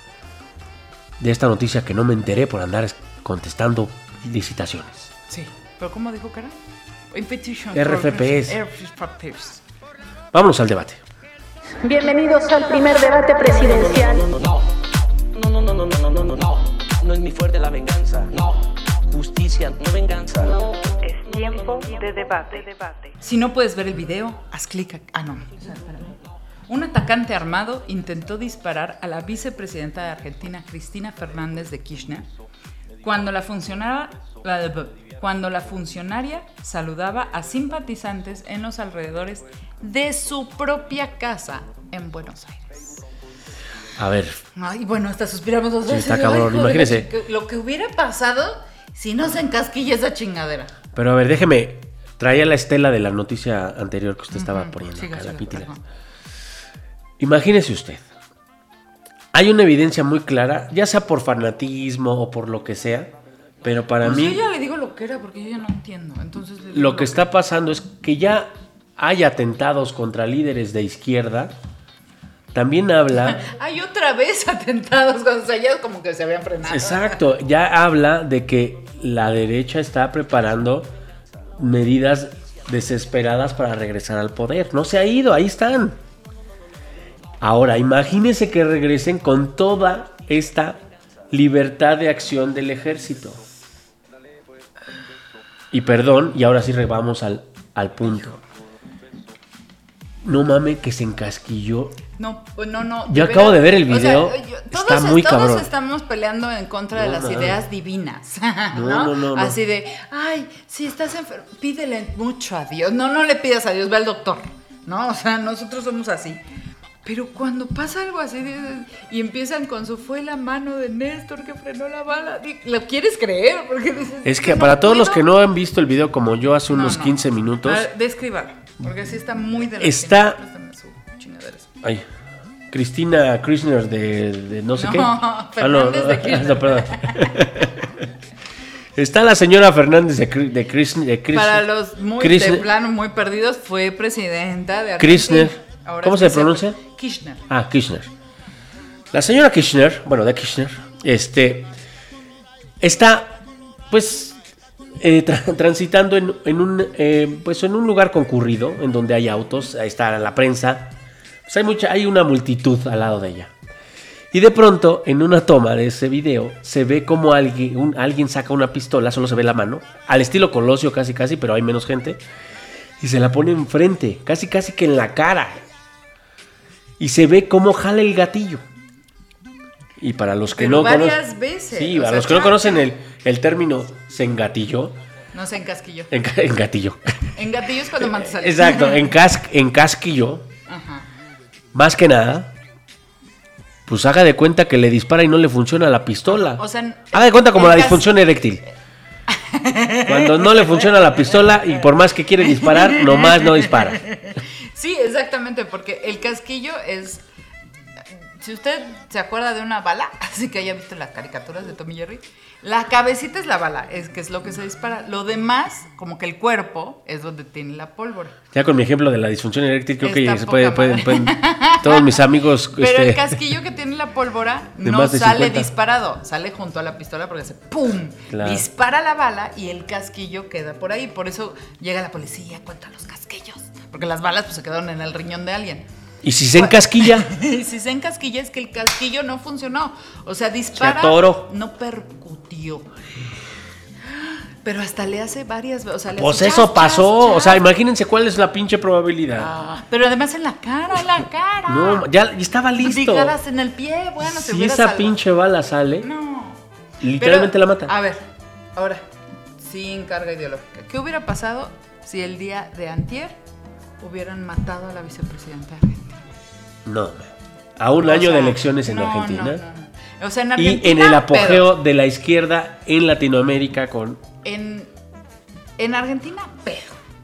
De esta noticia que no me enteré por andar contestando licitaciones. Sí, pero ¿cómo dijo que era? Invitation R F P S. R F P S. Vámonos al debate. Bienvenidos al primer debate presidencial. No, no, no, no, no, no, no, no, no, no, no es mi fuerte la venganza. No, justicia, no venganza. No, es tiempo de debate. Si no puedes ver el video, haz clic aquí. Ah, no. Un atacante armado intentó disparar a la vicepresidenta de Argentina, Cristina Fernández de Kirchner, cuando la funcionaria, la, cuando la funcionaria saludaba a simpatizantes en los alrededores de su propia casa en Buenos Aires. A ver. Ay, bueno, hasta suspiramos dos Sí, veces. está cabrón, Ay, imagínese. joder, lo que hubiera pasado si no se encasquilla esa chingadera. Pero a ver, déjeme. Traía la estela de la noticia anterior que usted estaba Uh-huh. poniendo Siga, acá, siga, la pítila. perdón. Imagínese usted. Hay una evidencia muy clara, ya sea por fanatismo o por lo que sea, pero para Pues mí yo ya le digo lo que era porque yo ya no entiendo. Entonces le digo lo que está pasando es que ya hay atentados contra líderes de izquierda. También habla... Hay otra vez atentados, o sea, ya como que se habían frenado. Exacto, ya habla de que la derecha está preparando medidas desesperadas para regresar al poder. No se ha ido, ahí están. Ahora, imagínense que regresen con toda esta libertad de acción del ejército. Y perdón, y ahora sí vamos al, al punto. No mames que se encasquilló. No, pues no, no. Yo de acabo veras, de ver el video, o sea, yo- está todos, muy todos cabrón. estamos peleando en contra de No, las no. ideas divinas, ¿no? No, no, no, no. Así de, ay, si estás enfermo, pídele mucho a Dios. No, no le pidas a Dios, ve al doctor, ¿no? O sea, nosotros somos así. Pero cuando pasa algo así de- y empiezan con su fue la mano de Néstor que frenó la bala, di- ¿lo quieres creer? Porque dices, Es que no para todos los puedo. que no han visto el video como yo hace No, unos no. quince minutos... A ver, descríbalo, porque así está muy de la Está- chingada. Préstame su chingadera. Ay, Cristina Kirchner de, de no sé No, qué. Fernández de Kirchner. no, perdón. Está la señora Fernández de, Cri- de Kirchner. De Kirchner- Para los muy Kirchner- de plano muy perdidos, fue presidenta de Argentina. Kirchner. Ahora ¿Cómo es se vice- pronuncia? Kirchner. Ah, Kirchner. La señora Kirchner, bueno, de Kirchner, este, está, pues, eh, tra- transitando en, en un, eh, pues, en un lugar concurrido, en donde hay autos, ahí está la prensa, pues hay mucha, hay una multitud al lado de ella. Y de pronto, en una toma de ese video, se ve como alguien, un- alguien saca una pistola, solo se ve la mano, al estilo Colosio casi casi, pero hay menos gente, y se la pone enfrente, casi casi que en la cara. Y se ve cómo jala el gatillo. Y para los que Pero no varias conocen, veces, sí, o para sea, los que no ya- conocen el, el término se engatilló, No sé, en Casquillo. En, ca- en Gatillo. En Gatillo es cuando mandas al... Exacto, en, cas, en Casquillo, Ajá. más que nada, pues haga de cuenta que le dispara y no le funciona la pistola. O sea, en- haga de cuenta como en la cas- disfunción eréctil. Cuando no le funciona la pistola y por más que quiere disparar, nomás no dispara. Sí, exactamente, porque el casquillo es... Si usted se acuerda de una bala, así que haya visto las caricaturas de Tom y Jerry, la cabecita es la bala, es que es lo que se dispara. Lo demás, como que el cuerpo, es donde tiene la pólvora. Ya con mi ejemplo de la disfunción eréctil, creo Está que se puede, poca pueden, madre. pueden- todos mis amigos... Pero este, el casquillo que tiene la pólvora De no más de sale cincuenta. disparado, sale junto a la pistola porque hace ¡pum! Claro. Dispara la bala y el casquillo queda por ahí. Por eso llega la policía, cuenta los casquillos. Porque las balas pues se quedaron en el riñón de alguien. Y si se encasquilla, Y si se encasquilla es que el casquillo no funcionó. O sea, dispara, Se atoró. no percutió. Pero hasta le hace varias veces. O sea, le pues hace eso chas, pasó. chas, O sea, chas. imagínense cuál es la pinche probabilidad. Ah, pero además en la cara, en la cara. No, ya, ya estaba listo. Picadas en el pie, bueno, se Si hubiera esa salvado. pinche bala sale, No. literalmente Pero, la mata. A ver, ahora, sin carga ideológica. ¿Qué hubiera pasado si el día de antier hubieran matado a la vicepresidenta argentina? No, a un O año sea, de elecciones en no, Argentina. no, no, no. O sea, en Y Argentina. en el apogeo pedo. de la izquierda en Latinoamérica con... En, en Argentina, pedo.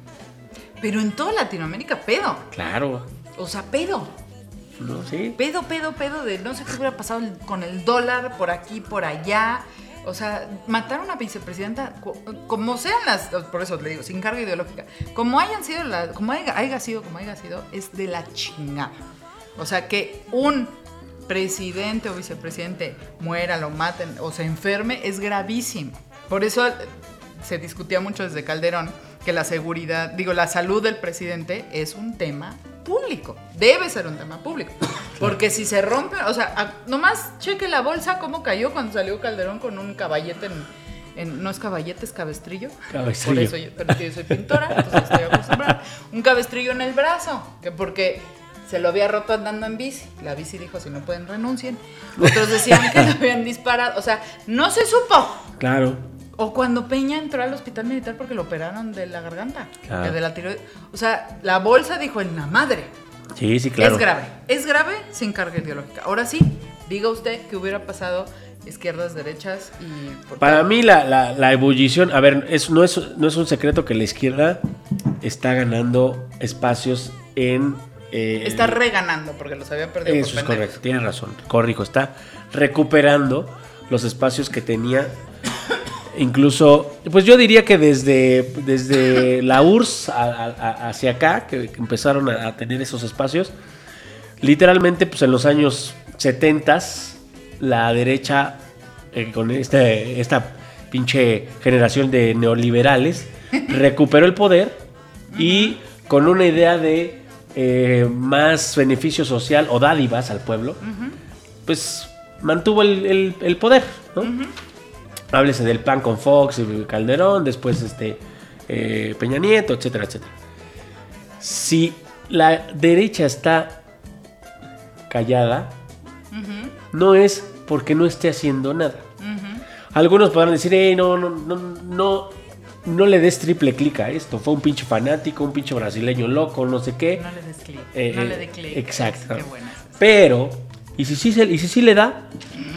Pero en toda Latinoamérica, pedo. Claro, O sea, pedo. ¿no? Sí. Pedo, pedo, pedo de no sé qué hubiera pasado el- con el dólar por aquí, por allá. O sea, matar a una vicepresidenta, co- como sean las, por eso le digo, sin carga ideológica, como hayan sido, la, como haya, haya sido, como haya sido, es de la chingada. O sea, que un presidente o vicepresidente muera, lo maten o se enferme es gravísimo. Por eso eh, se discutía mucho desde Calderón que la seguridad, digo, la salud del presidente es un tema público. Debe ser un tema público. Porque si se rompe, o sea, a- nomás cheque la bolsa cómo cayó cuando salió Calderón con un caballete en, en- no es caballete, es cabestrillo. Cabestrillo. Por eso yo, pero yo soy pintora, entonces estoy acostumbrada. Un cabestrillo en el brazo, que porque se lo había roto andando en bici. La bici dijo, si no pueden, renuncien. Otros decían que lo habían disparado. O sea, no se supo. Claro. O cuando Peña entró al hospital militar porque lo operaron de la garganta, Claro. que de la tiroides. O sea, la bolsa dijo en la madre. Sí, sí, claro. Es grave. Es grave sin carga ideológica. Ahora sí, diga usted qué hubiera pasado izquierdas, derechas y... por- Para mí la, la, la ebullición, a ver, es, no, es, no es un secreto que la izquierda está ganando espacios en... eh, Está reganando porque los había perdido. Eso por es pendejos. correcto, tiene razón, corrijo, está recuperando los espacios que tenía, incluso, pues yo diría que desde, desde la U R S S a- a- a- hacia acá, que, que empezaron a, a tener esos espacios, literalmente pues en los años setentas, la derecha, eh, con este, esta pinche generación de neoliberales, recuperó el poder y con una idea de eh, más beneficio social o dádivas al pueblo, pues mantuvo el, el- el poder, ¿no? Háblese del plan con Fox y Calderón, después este eh, Peña Nieto, etcétera, etcétera. Si la derecha está callada, no es porque no esté haciendo nada. Algunos podrán decir, "Ey, no, no, no, no, no le des triple clic a esto. Fue un pinche fanático, un pinche brasileño loco, no sé qué." No le des clic. Eh, no eh, le des clic. Exacto. Qué buena es esa. Pero, ¿y si sí, se- y si sí le da?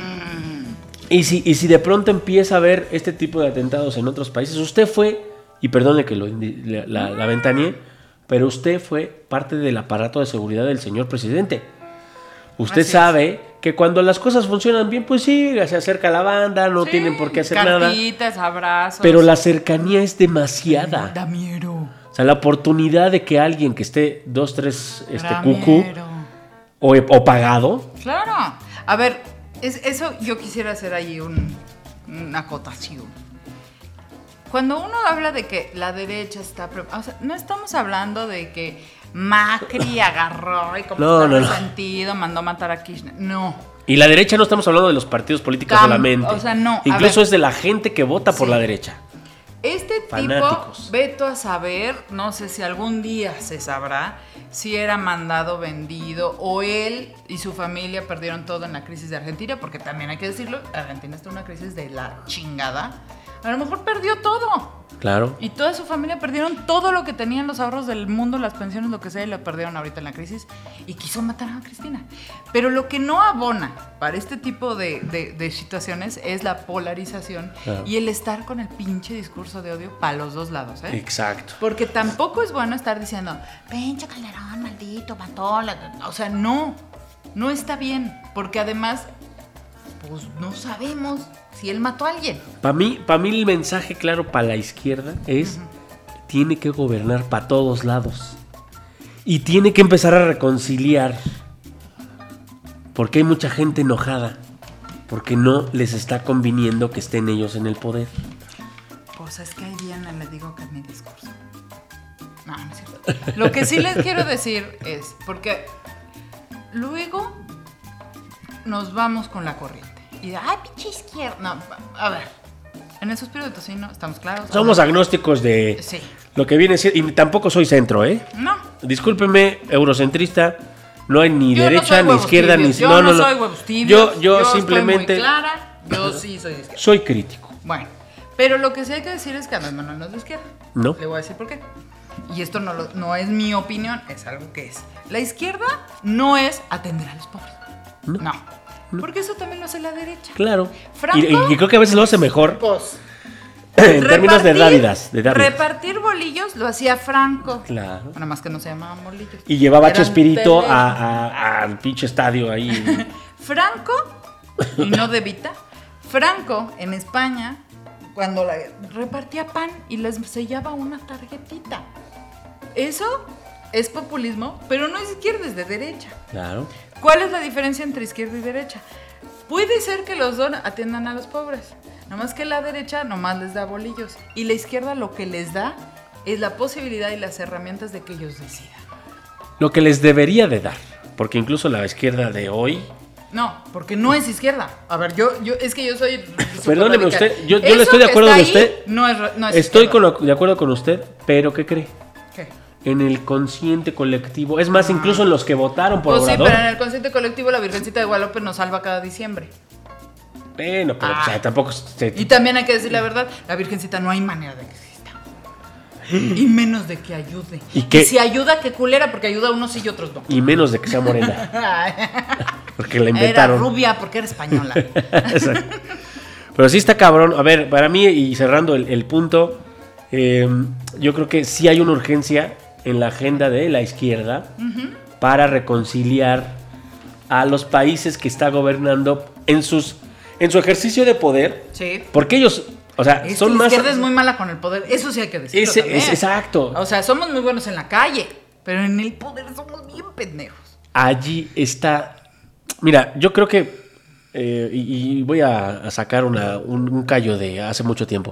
Y si, y si de pronto empieza a haber este tipo de atentados en otros países, usted fue, y perdone que lo indi- la, la, la ventaneé, pero usted fue parte del aparato de seguridad del señor presidente. Usted Así es. sabe que cuando las cosas funcionan bien, pues sí, se acerca la banda, no Sí, tienen por qué hacer nada. cartitas, abrazos. Pero la cercanía es demasiada. Da miedo. O sea, la oportunidad de que alguien que esté dos, tres, este, Da cucú miedo. o, o pagado, Claro. A ver, es, eso yo quisiera hacer ahí un, una acotación. Cuando uno habla de que la derecha está... pre- O sea, no estamos hablando de que Macri agarró y como No, está no, no. resentido mandó matar a Kirchner. No. y la derecha no estamos hablando de los partidos políticos Cam- solamente. o sea, no, a Incluso ver. es de la gente que vota por Sí. la derecha. Este Fanáticos. tipo, veto a saber, no sé si algún día se sabrá si era mandado, vendido o él y su familia perdieron todo en la crisis de Argentina, porque también hay que decirlo, Argentina está en una crisis de la chingada. a lo mejor perdió todo. Claro. Y toda su familia perdieron todo lo que tenían, los ahorros del mundo, las pensiones, lo que sea, y lo perdieron ahorita en la crisis. Y quiso matar a Cristina. Pero lo que no abona para este tipo de, de, de situaciones es la polarización Claro. y el estar con el pinche discurso de odio para los dos lados, ¿eh? Exacto. Porque tampoco es bueno estar diciendo, pinche Calderón, maldito, mató. La... O sea, no, no está bien. Porque además, pues no sabemos si él mató a alguien. Para mí, para mí el mensaje claro para la izquierda es, uh-huh. tiene que gobernar para todos lados. Y tiene que empezar a reconciliar. Porque hay mucha gente enojada. Porque no les está conviniendo que estén ellos en el poder. Pues es que ahí viene, les digo que es mi discurso. No, no es cierto. Lo que sí les quiero decir es, porque luego nos vamos con la corriente. Y de, ay, pinche izquierda. No, a ver, en el suspiro de tocino estamos claros. Somos agnósticos de sí. lo que viene siendo, y tampoco soy centro, ¿eh? No. Discúlpeme, eurocentrista, no hay ni yo derecha, no ni izquierda, tibios. ni... Yo no, no, no, no. soy huevos tibios. Yo, yo, yo simplemente... Estoy muy clara, yo sí soy de izquierda. Soy crítico. Bueno, pero lo que sí hay que decir es que Andrés Manuel no es de izquierda. No. Le voy a decir por qué. Y esto no, lo, no es mi opinión, es algo que es. La izquierda no es atender a los pobres. No. no. Porque eso también lo hace la derecha. Claro. Franco, y, y creo que a veces lo hace mejor. Pues, en términos de dávidas, de dávidas. Repartir bolillos lo hacía Franco. Claro. Nada más que no se llamaban bolillos. Y llevaba a Eran Chespirito tele- a, a, al pinche estadio ahí. Franco, y no de Vita, Franco en España, cuando la, repartía pan y les sellaba una tarjetita. Eso es populismo, pero no es izquierda, es de derecha. Claro. ¿Cuál es la diferencia entre izquierda y derecha? Puede ser que los dos atiendan a los pobres, nomás que la derecha nomás les da bolillos y la izquierda lo que les da es la posibilidad y las herramientas de que ellos decidan. Lo que les debería de dar, porque incluso la izquierda de hoy... No, porque no es izquierda. A ver, yo, yo es que yo soy... Perdóneme radical. usted, yo, yo Eso le estoy de que acuerdo está de usted. ahí No es, no es estoy izquierda. con lo- de acuerdo con usted, pero ¿qué cree? ¿Qué? En el consciente colectivo. Es más, incluso en los que votaron por Pues sí, Obrador. pero en el consciente colectivo la Virgencita de Guadalupe nos salva cada diciembre. Bueno, pero Ah. o sea, tampoco... Se... Y también hay que decir la verdad, la Virgencita no hay manera de que exista. Y menos de que ayude. ¿Y Y, qué? si ayuda, qué culera, porque ayuda a unos sí y otros no. Y menos de que sea morena. Porque la Era inventaron. rubia porque era española. Exacto. Pero sí está cabrón. A ver, para mí, y cerrando el, el punto, eh, yo creo que sí hay una urgencia en la agenda de la izquierda uh-huh. para reconciliar a los países que está gobernando en sus en su ejercicio de poder. Sí. Porque ellos, o sea, Es son que la más... izquierda es muy mala con el poder. Eso sí hay que decirlo Ese- también. es- exacto. O sea, somos muy buenos en la calle, pero en el poder somos bien pendejos. Allí está... Mira, yo creo que... eh, y, y voy a, a sacar una, un, un callo de hace mucho tiempo.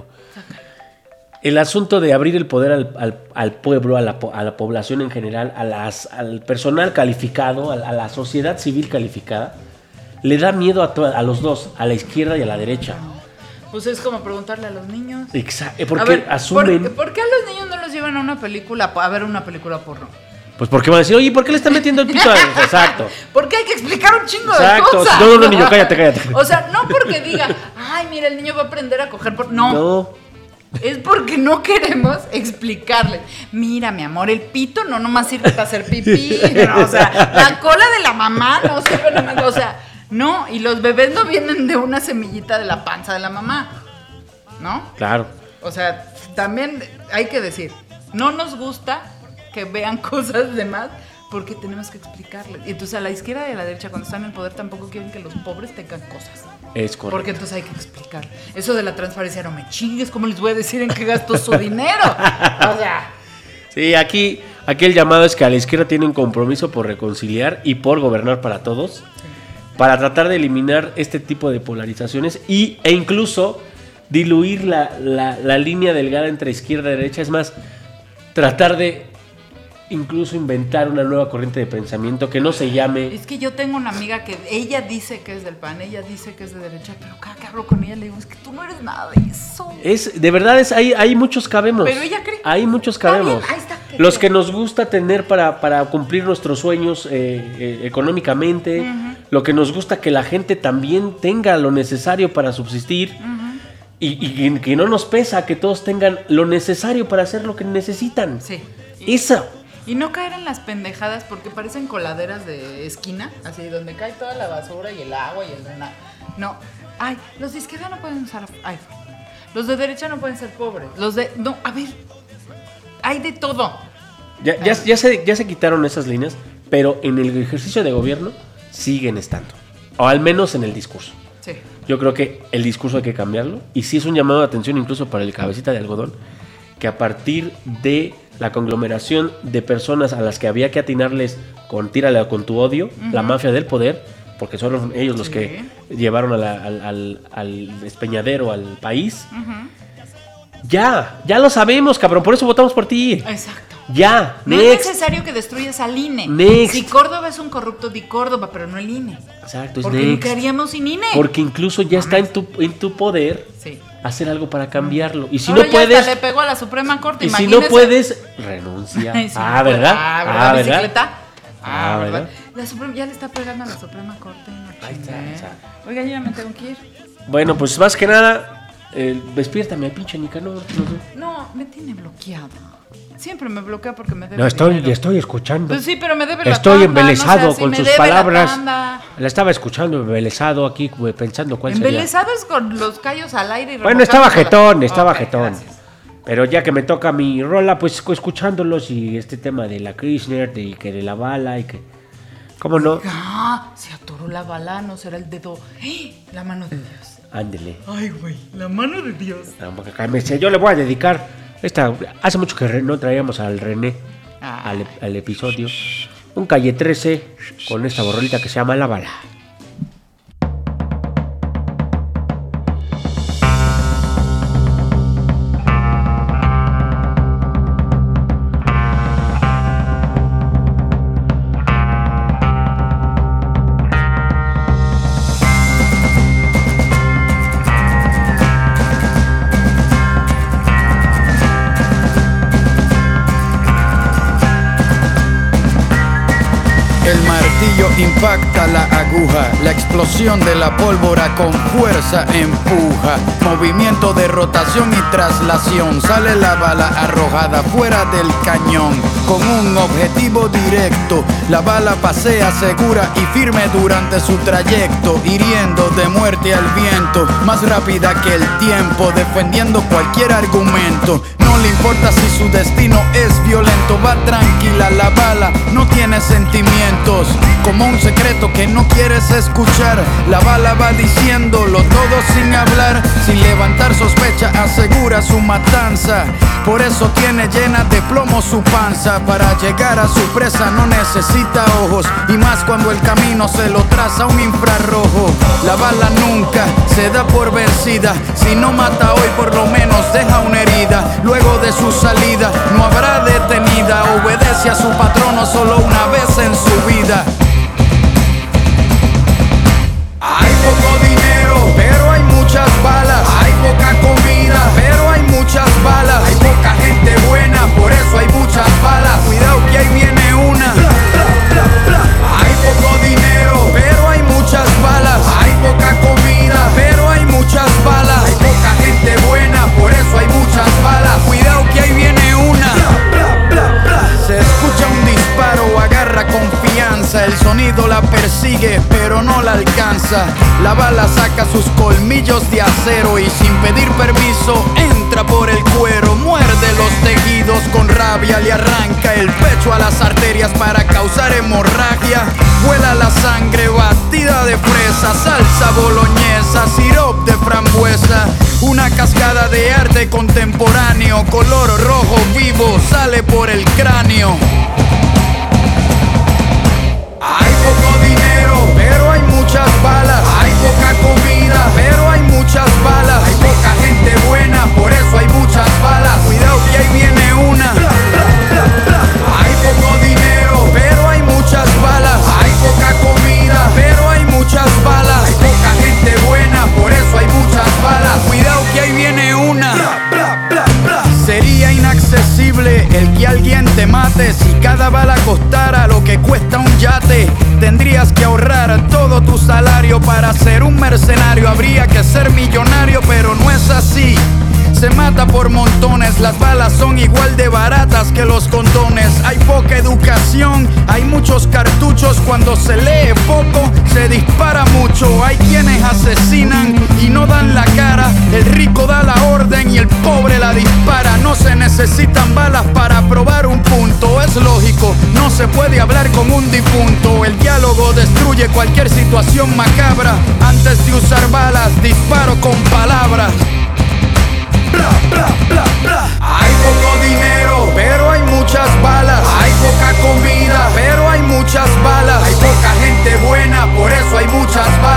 El asunto de abrir el poder al, al, al pueblo, a la, po- a la población en general, a las, al personal calificado, a, a la sociedad civil calificada, le da miedo a, to- a los dos, a la izquierda y a la derecha. Pues es como preguntarle a los niños. Exacto, porque A ver, asumen... ¿por, ¿por qué a los niños no los llevan a una película, a ver una película porno? Pues porque van a decir, oye, ¿por qué le están metiendo el pito a... Exacto. Porque hay que explicar un chingo Exacto. de cosas. No, no, no, niño, cállate, cállate. O sea, no porque diga, ay, mira, el niño va a aprender a coger por... No. No. Es porque no queremos explicarles. Mira, mi amor, el pito no nomás sirve para hacer pipí. No, o sea, la cola de la mamá no sirve nomás. O sea, no. Y los bebés no vienen de una semillita de la panza de la mamá. ¿No? Claro. O sea, también hay que decir, no nos gusta que vean cosas de más porque tenemos que explicarles. Y entonces a la izquierda y a la derecha cuando están en el poder tampoco quieren que los pobres tengan cosas. Es correcto. Porque entonces hay que explicar. Eso de la transparencia, no me chingues, ¿cómo les voy a decir en qué gasto su dinero? O sea, Sí, aquí, aquí el llamado es que a la izquierda tiene un compromiso por reconciliar y por gobernar para todos, para tratar de eliminar este tipo de polarizaciones y, e incluso diluir la, la, la línea delgada entre izquierda y derecha. Es más, tratar de incluso inventar una nueva corriente de pensamiento que no se llame... es que yo tengo una amiga que ella dice que es del P A N, ella dice que es de derecha, pero cada que hablo con ella le digo, es que tú no eres nada de eso. Es, de verdad, es, hay, hay muchos cabemos. Pero ella cree. Hay muchos Está cabemos. bien, ahí está, que Los cree. que nos gusta tener para, para cumplir nuestros sueños eh, eh, económicamente. Uh-huh. Lo que nos gusta que la gente también tenga lo necesario para subsistir. Uh-huh. Y, y que no nos pesa que todos tengan lo necesario para hacer lo que necesitan. Sí. Eso. Y no caer en las pendejadas porque parecen coladeras de esquina, así donde cae toda la basura y el agua y el drenaje. No, ay, los de izquierda no pueden usar iPhone. Los de derecha no pueden ser pobres. Los de... No, a ver, hay de todo. Ya, ya, ya, se, ya se quitaron esas líneas, pero en el ejercicio de gobierno siguen estando. O al menos en el discurso. Sí. Yo creo que el discurso hay que cambiarlo. Y sí es un llamado de atención incluso para el cabecita de algodón, que a partir de la conglomeración de personas a las que había que atinarles con tírale o con tu odio, uh-huh. la mafia del poder, porque son los, ellos los sí. que llevaron a la, al, al, al despeñadero al país. Uh-huh. Ya, ya lo sabemos, cabrón, por eso votamos por ti. Exacto. Ya, no next. es necesario que destruyas al I N E. Next. Si Córdoba es un corrupto, di Córdoba, pero no el I N E. Exacto, es Porque next. ¿qué haríamos sin I N E? Porque incluso ya está en tu, en tu poder sí. hacer algo para cambiarlo. Y si Ahora no ya puedes. Hasta le pegó a la Suprema Corte. Y imagínese. si no puedes, renuncia. sí, ah, ¿verdad? Ah, ¿verdad? Ah, ¿verdad? ¿Bicicleta? Ah, Ah, ¿verdad? ¿verdad? La Suprema, ya le está pegando a la Suprema Corte. No Ahí está, chingue. ahí está. Oiga, yo ya me tengo que ir. Bueno, pues más que nada, eh, despiértame, pinche Nicanor. No, me tiene bloqueada. Siempre me bloquea porque me debe No, estoy, dinero. estoy escuchando. Pues sí, pero me debe la Estoy tanda, embelesado no sé, si con me sus debe palabras. La, tanda. La estaba escuchando, embelesado aquí, güey, pensando cuál sería. Embelesado es con los callos al aire y Bueno, estaba remojándose jetón, la- estaba Ok, jetón. gracias. Pero ya que me toca mi rola, pues escuchándolos y este tema de la Kirchner, de que de la bala y que... ¿Cómo no? Ah, se atoró la bala, no será el dedo. ¡Eh! La mano de Dios. Ándele. Ay, güey, la mano de Dios. Yo le voy a dedicar esta... Hace mucho que no traíamos al René Ah. al, al episodio. Un Calle trece con esta borrolita que se llama La Bala. El martillo impacta la aguja, la explosión de la pólvora con fuerza empuja. Movimiento de rotación y traslación, sale la bala arrojada fuera del cañón. Con un objetivo directo, la bala pasea segura y firme durante su trayecto, hiriendo de muerte al viento, más rápida que el tiempo, defendiendo cualquier argumento. No le importa si su destino es violento, va tranquila la bala, no tiene sentimientos. Como un secreto que no quieres escuchar, la bala va diciéndolo todo sin hablar. Sin levantar sospecha asegura su matanza. Por eso tiene llena de plomo su panza. Para llegar a su presa no necesita ojos, y más cuando el camino se lo traza un infrarrojo. La bala nunca se da por vencida, si no mata hoy por lo menos deja una herida. Luego de su salida no habrá detenida, obedece a su patrono solo una vez en su vida. Hay poco dinero, pero hay muchas balas. Hay poca comida, pero hay muchas balas. Hay poca gente buena, por eso hay muchas balas. Cuidado que ahí viene una. Hay poco dinero, pero hay muchas balas. Hay poca comida, pero hay muchas balas. Hay poca gente buena, por eso hay muchas balas. Cuidado que ahí viene una. Se escucha un disparo, agarra confianza. El sonido la persigue, pero no la alcanza. La bala saca sus colmillos de acero y sin pedir permiso entra por el cuero. Muerde los tejidos con rabia, le arranca el pecho a las arterias para causar hemorragia. Vuela la sangre batida de fresa, salsa boloñesa, sirop de frambuesa. Una cascada de arte contemporáneo, color rojo vivo, sale por el cráneo. Hay poco dinero, pero hay muchas balas. Hay poca comida, pero hay muchas balas. Hay poca gente buena, por eso hay muchas balas. Cuidado que ahí viene una. Hay poco dinero, pero hay muchas balas. Hay poca comida, pero hay muchas balas. Hay poca gente buena, por eso hay muchas balas. Cuidado que ahí viene una. Sería inaccesible el que alguien te mate. Si cada bala costara lo que cuesta un yate, tendrías que ahorrar todo tu salario para Para ser un mercenario habría que ser millonario, pero no es así. Se mata por montones, las balas son igual de baratas que los condones. Hay poca educación, hay muchos cartuchos. Cuando se lee poco, se dispara mucho. Hay quienes asesinan y no dan la cara. El rico da la orden y el pobre la dispara. No se necesitan balas para probar un punto. Es lógico, no se puede hablar con un difunto. El diálogo destruye cualquier situación macabra. Antes de usar balas, disparo con palabras. Bla, bla, bla, bla. Hay poco dinero, pero hay muchas balas. Hay poca comida, pero hay muchas balas. Hay poca gente buena, por eso hay muchas balas.